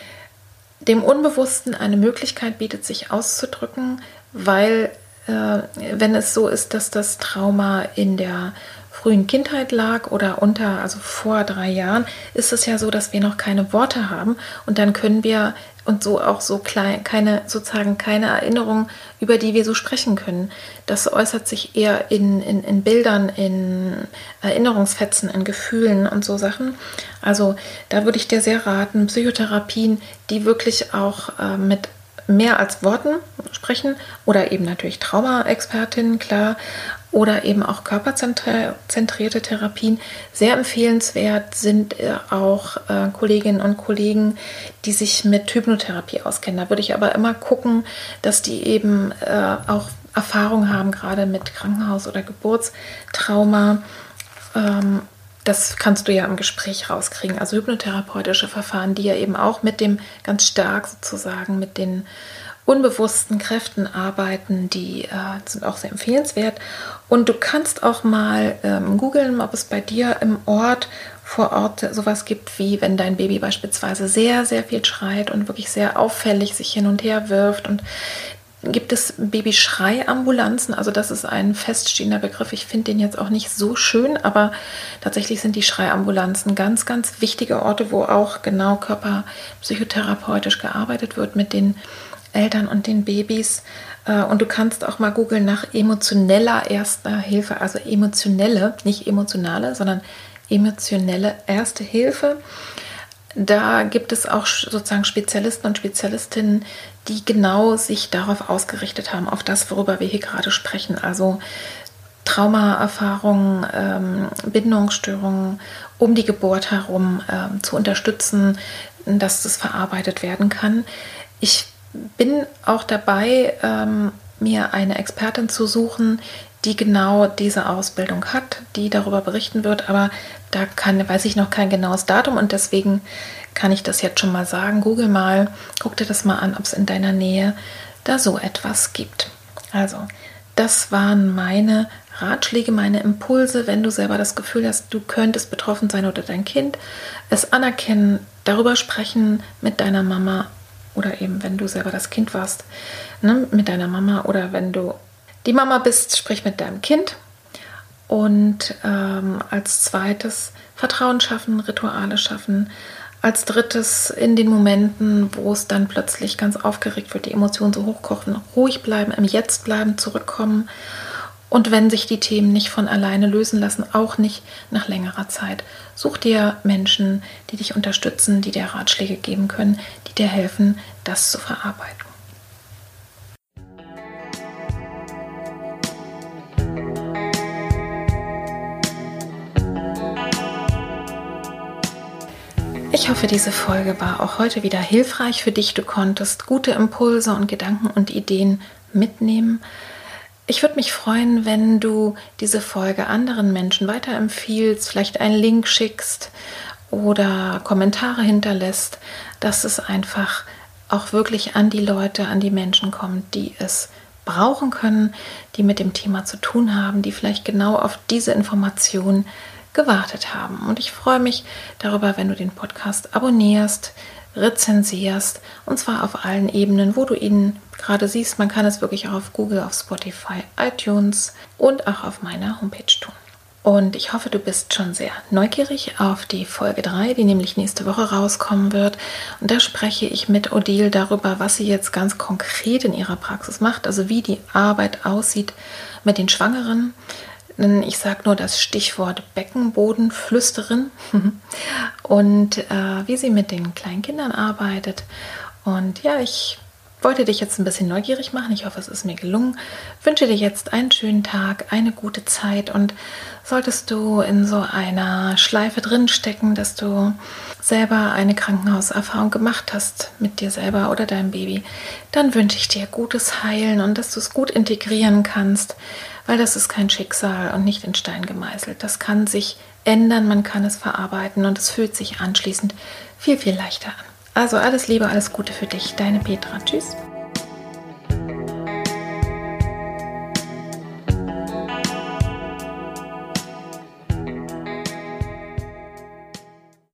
dem Unbewussten eine Möglichkeit bietet, sich auszudrücken, weil äh, wenn es so ist, dass das Trauma in der frühen Kindheit lag oder unter, also vor drei Jahren, ist es ja so, dass wir noch keine Worte haben und dann können wir und so auch so klein, keine, sozusagen keine Erinnerung, über die wir so sprechen können. Das äußert sich eher in, in, in Bildern, in Erinnerungsfetzen, in Gefühlen und so Sachen. Also da würde ich dir sehr raten, Psychotherapien, die wirklich auch äh, mit mehr als Worten sprechen oder eben natürlich Trauma-Expertinnen, klar, oder eben auch körperzentrierte Therapien. Sehr empfehlenswert sind auch äh, Kolleginnen und Kollegen, die sich mit Hypnotherapie auskennen. Da würde ich aber immer gucken, dass die eben äh, auch Erfahrung haben, gerade mit Krankenhaus- oder Geburtstrauma. Ähm, das kannst du ja im Gespräch rauskriegen. Also hypnotherapeutische Verfahren, die ja eben auch mit dem ganz stark sozusagen mit den unbewussten Kräften arbeiten, die äh, sind auch sehr empfehlenswert. Und du kannst auch mal ähm, googeln, ob es bei dir im Ort, vor Ort sowas gibt, wie wenn dein Baby beispielsweise sehr, sehr viel schreit und wirklich sehr auffällig sich hin und her wirft. Und gibt es Babyschreiambulanzen, also das ist ein feststehender Begriff. Ich finde den jetzt auch nicht so schön, aber tatsächlich sind die Schreiambulanzen ganz, ganz wichtige Orte, wo auch genau körperpsychotherapeutisch gearbeitet wird mit den Eltern und den Babys. Und du kannst auch mal googeln nach emotioneller Erster Hilfe, also emotionelle, nicht emotionale, sondern emotionelle Erste Hilfe. Da gibt es auch sozusagen Spezialisten und Spezialistinnen, die genau sich darauf ausgerichtet haben, auf das, worüber wir hier gerade sprechen. Also Traumaerfahrungen, ähm, Bindungsstörungen um die Geburt herum ähm, zu unterstützen, dass das verarbeitet werden kann. Ich bin auch dabei, ähm, mir eine Expertin zu suchen, die genau diese Ausbildung hat, die darüber berichten wird, aber da kann, weiß ich noch kein genaues Datum und deswegen kann ich das jetzt schon mal sagen. Google mal, guck dir das mal an, ob es in deiner Nähe da so etwas gibt. Also, das waren meine Ratschläge, meine Impulse, wenn du selber das Gefühl hast, du könntest betroffen sein oder dein Kind, es anerkennen, darüber sprechen mit deiner Mama oder eben, wenn du selber das Kind warst, ne, mit deiner Mama oder wenn du die Mama bist, sprich mit deinem Kind. Und ähm, als zweites Vertrauen schaffen, Rituale schaffen. Als drittes in den Momenten, wo es dann plötzlich ganz aufgeregt wird, die Emotionen so hochkochen, ruhig bleiben, im Jetzt bleiben, zurückkommen. Und wenn sich die Themen nicht von alleine lösen lassen, auch nicht nach längerer Zeit, such dir Menschen, die dich unterstützen, die dir Ratschläge geben können, die dir helfen, das zu verarbeiten. Ich hoffe, diese Folge war auch heute wieder hilfreich für dich. Du konntest gute Impulse und Gedanken und Ideen mitnehmen. Ich würde mich freuen, wenn du diese Folge anderen Menschen weiterempfiehlst, vielleicht einen Link schickst oder Kommentare hinterlässt, dass es einfach auch wirklich an die Leute, an die Menschen kommt, die es brauchen können, die mit dem Thema zu tun haben, die vielleicht genau auf diese Information gewartet haben. Und ich freue mich darüber, wenn du den Podcast abonnierst, rezensierst, und zwar auf allen Ebenen, wo du ihn gerade siehst. Man kann es wirklich auch auf Google, auf Spotify, iTunes und auch auf meiner Homepage tun. Und ich hoffe, du bist schon sehr neugierig auf die Folge drei, die nämlich nächste Woche rauskommen wird. Und da spreche ich mit Odile darüber, was sie jetzt ganz konkret in ihrer Praxis macht, also wie die Arbeit aussieht mit den Schwangeren. Ich sage nur das Stichwort Beckenbodenflüsterin und äh, wie sie mit den kleinen Kindern arbeitet. Und ja, ich wollte dich jetzt ein bisschen neugierig machen. Ich hoffe, es ist mir gelungen. Ich wünsche dir jetzt einen schönen Tag, eine gute Zeit, und solltest du in so einer Schleife drinstecken, dass du selber eine Krankenhauserfahrung gemacht hast mit dir selber oder deinem Baby, dann wünsche ich dir gutes Heilen und dass du es gut integrieren kannst, weil das ist kein Schicksal und nicht in Stein gemeißelt. Das kann sich ändern, man kann es verarbeiten und es fühlt sich anschließend viel, viel leichter an. Also alles Liebe, alles Gute für dich, deine Petra. Tschüss.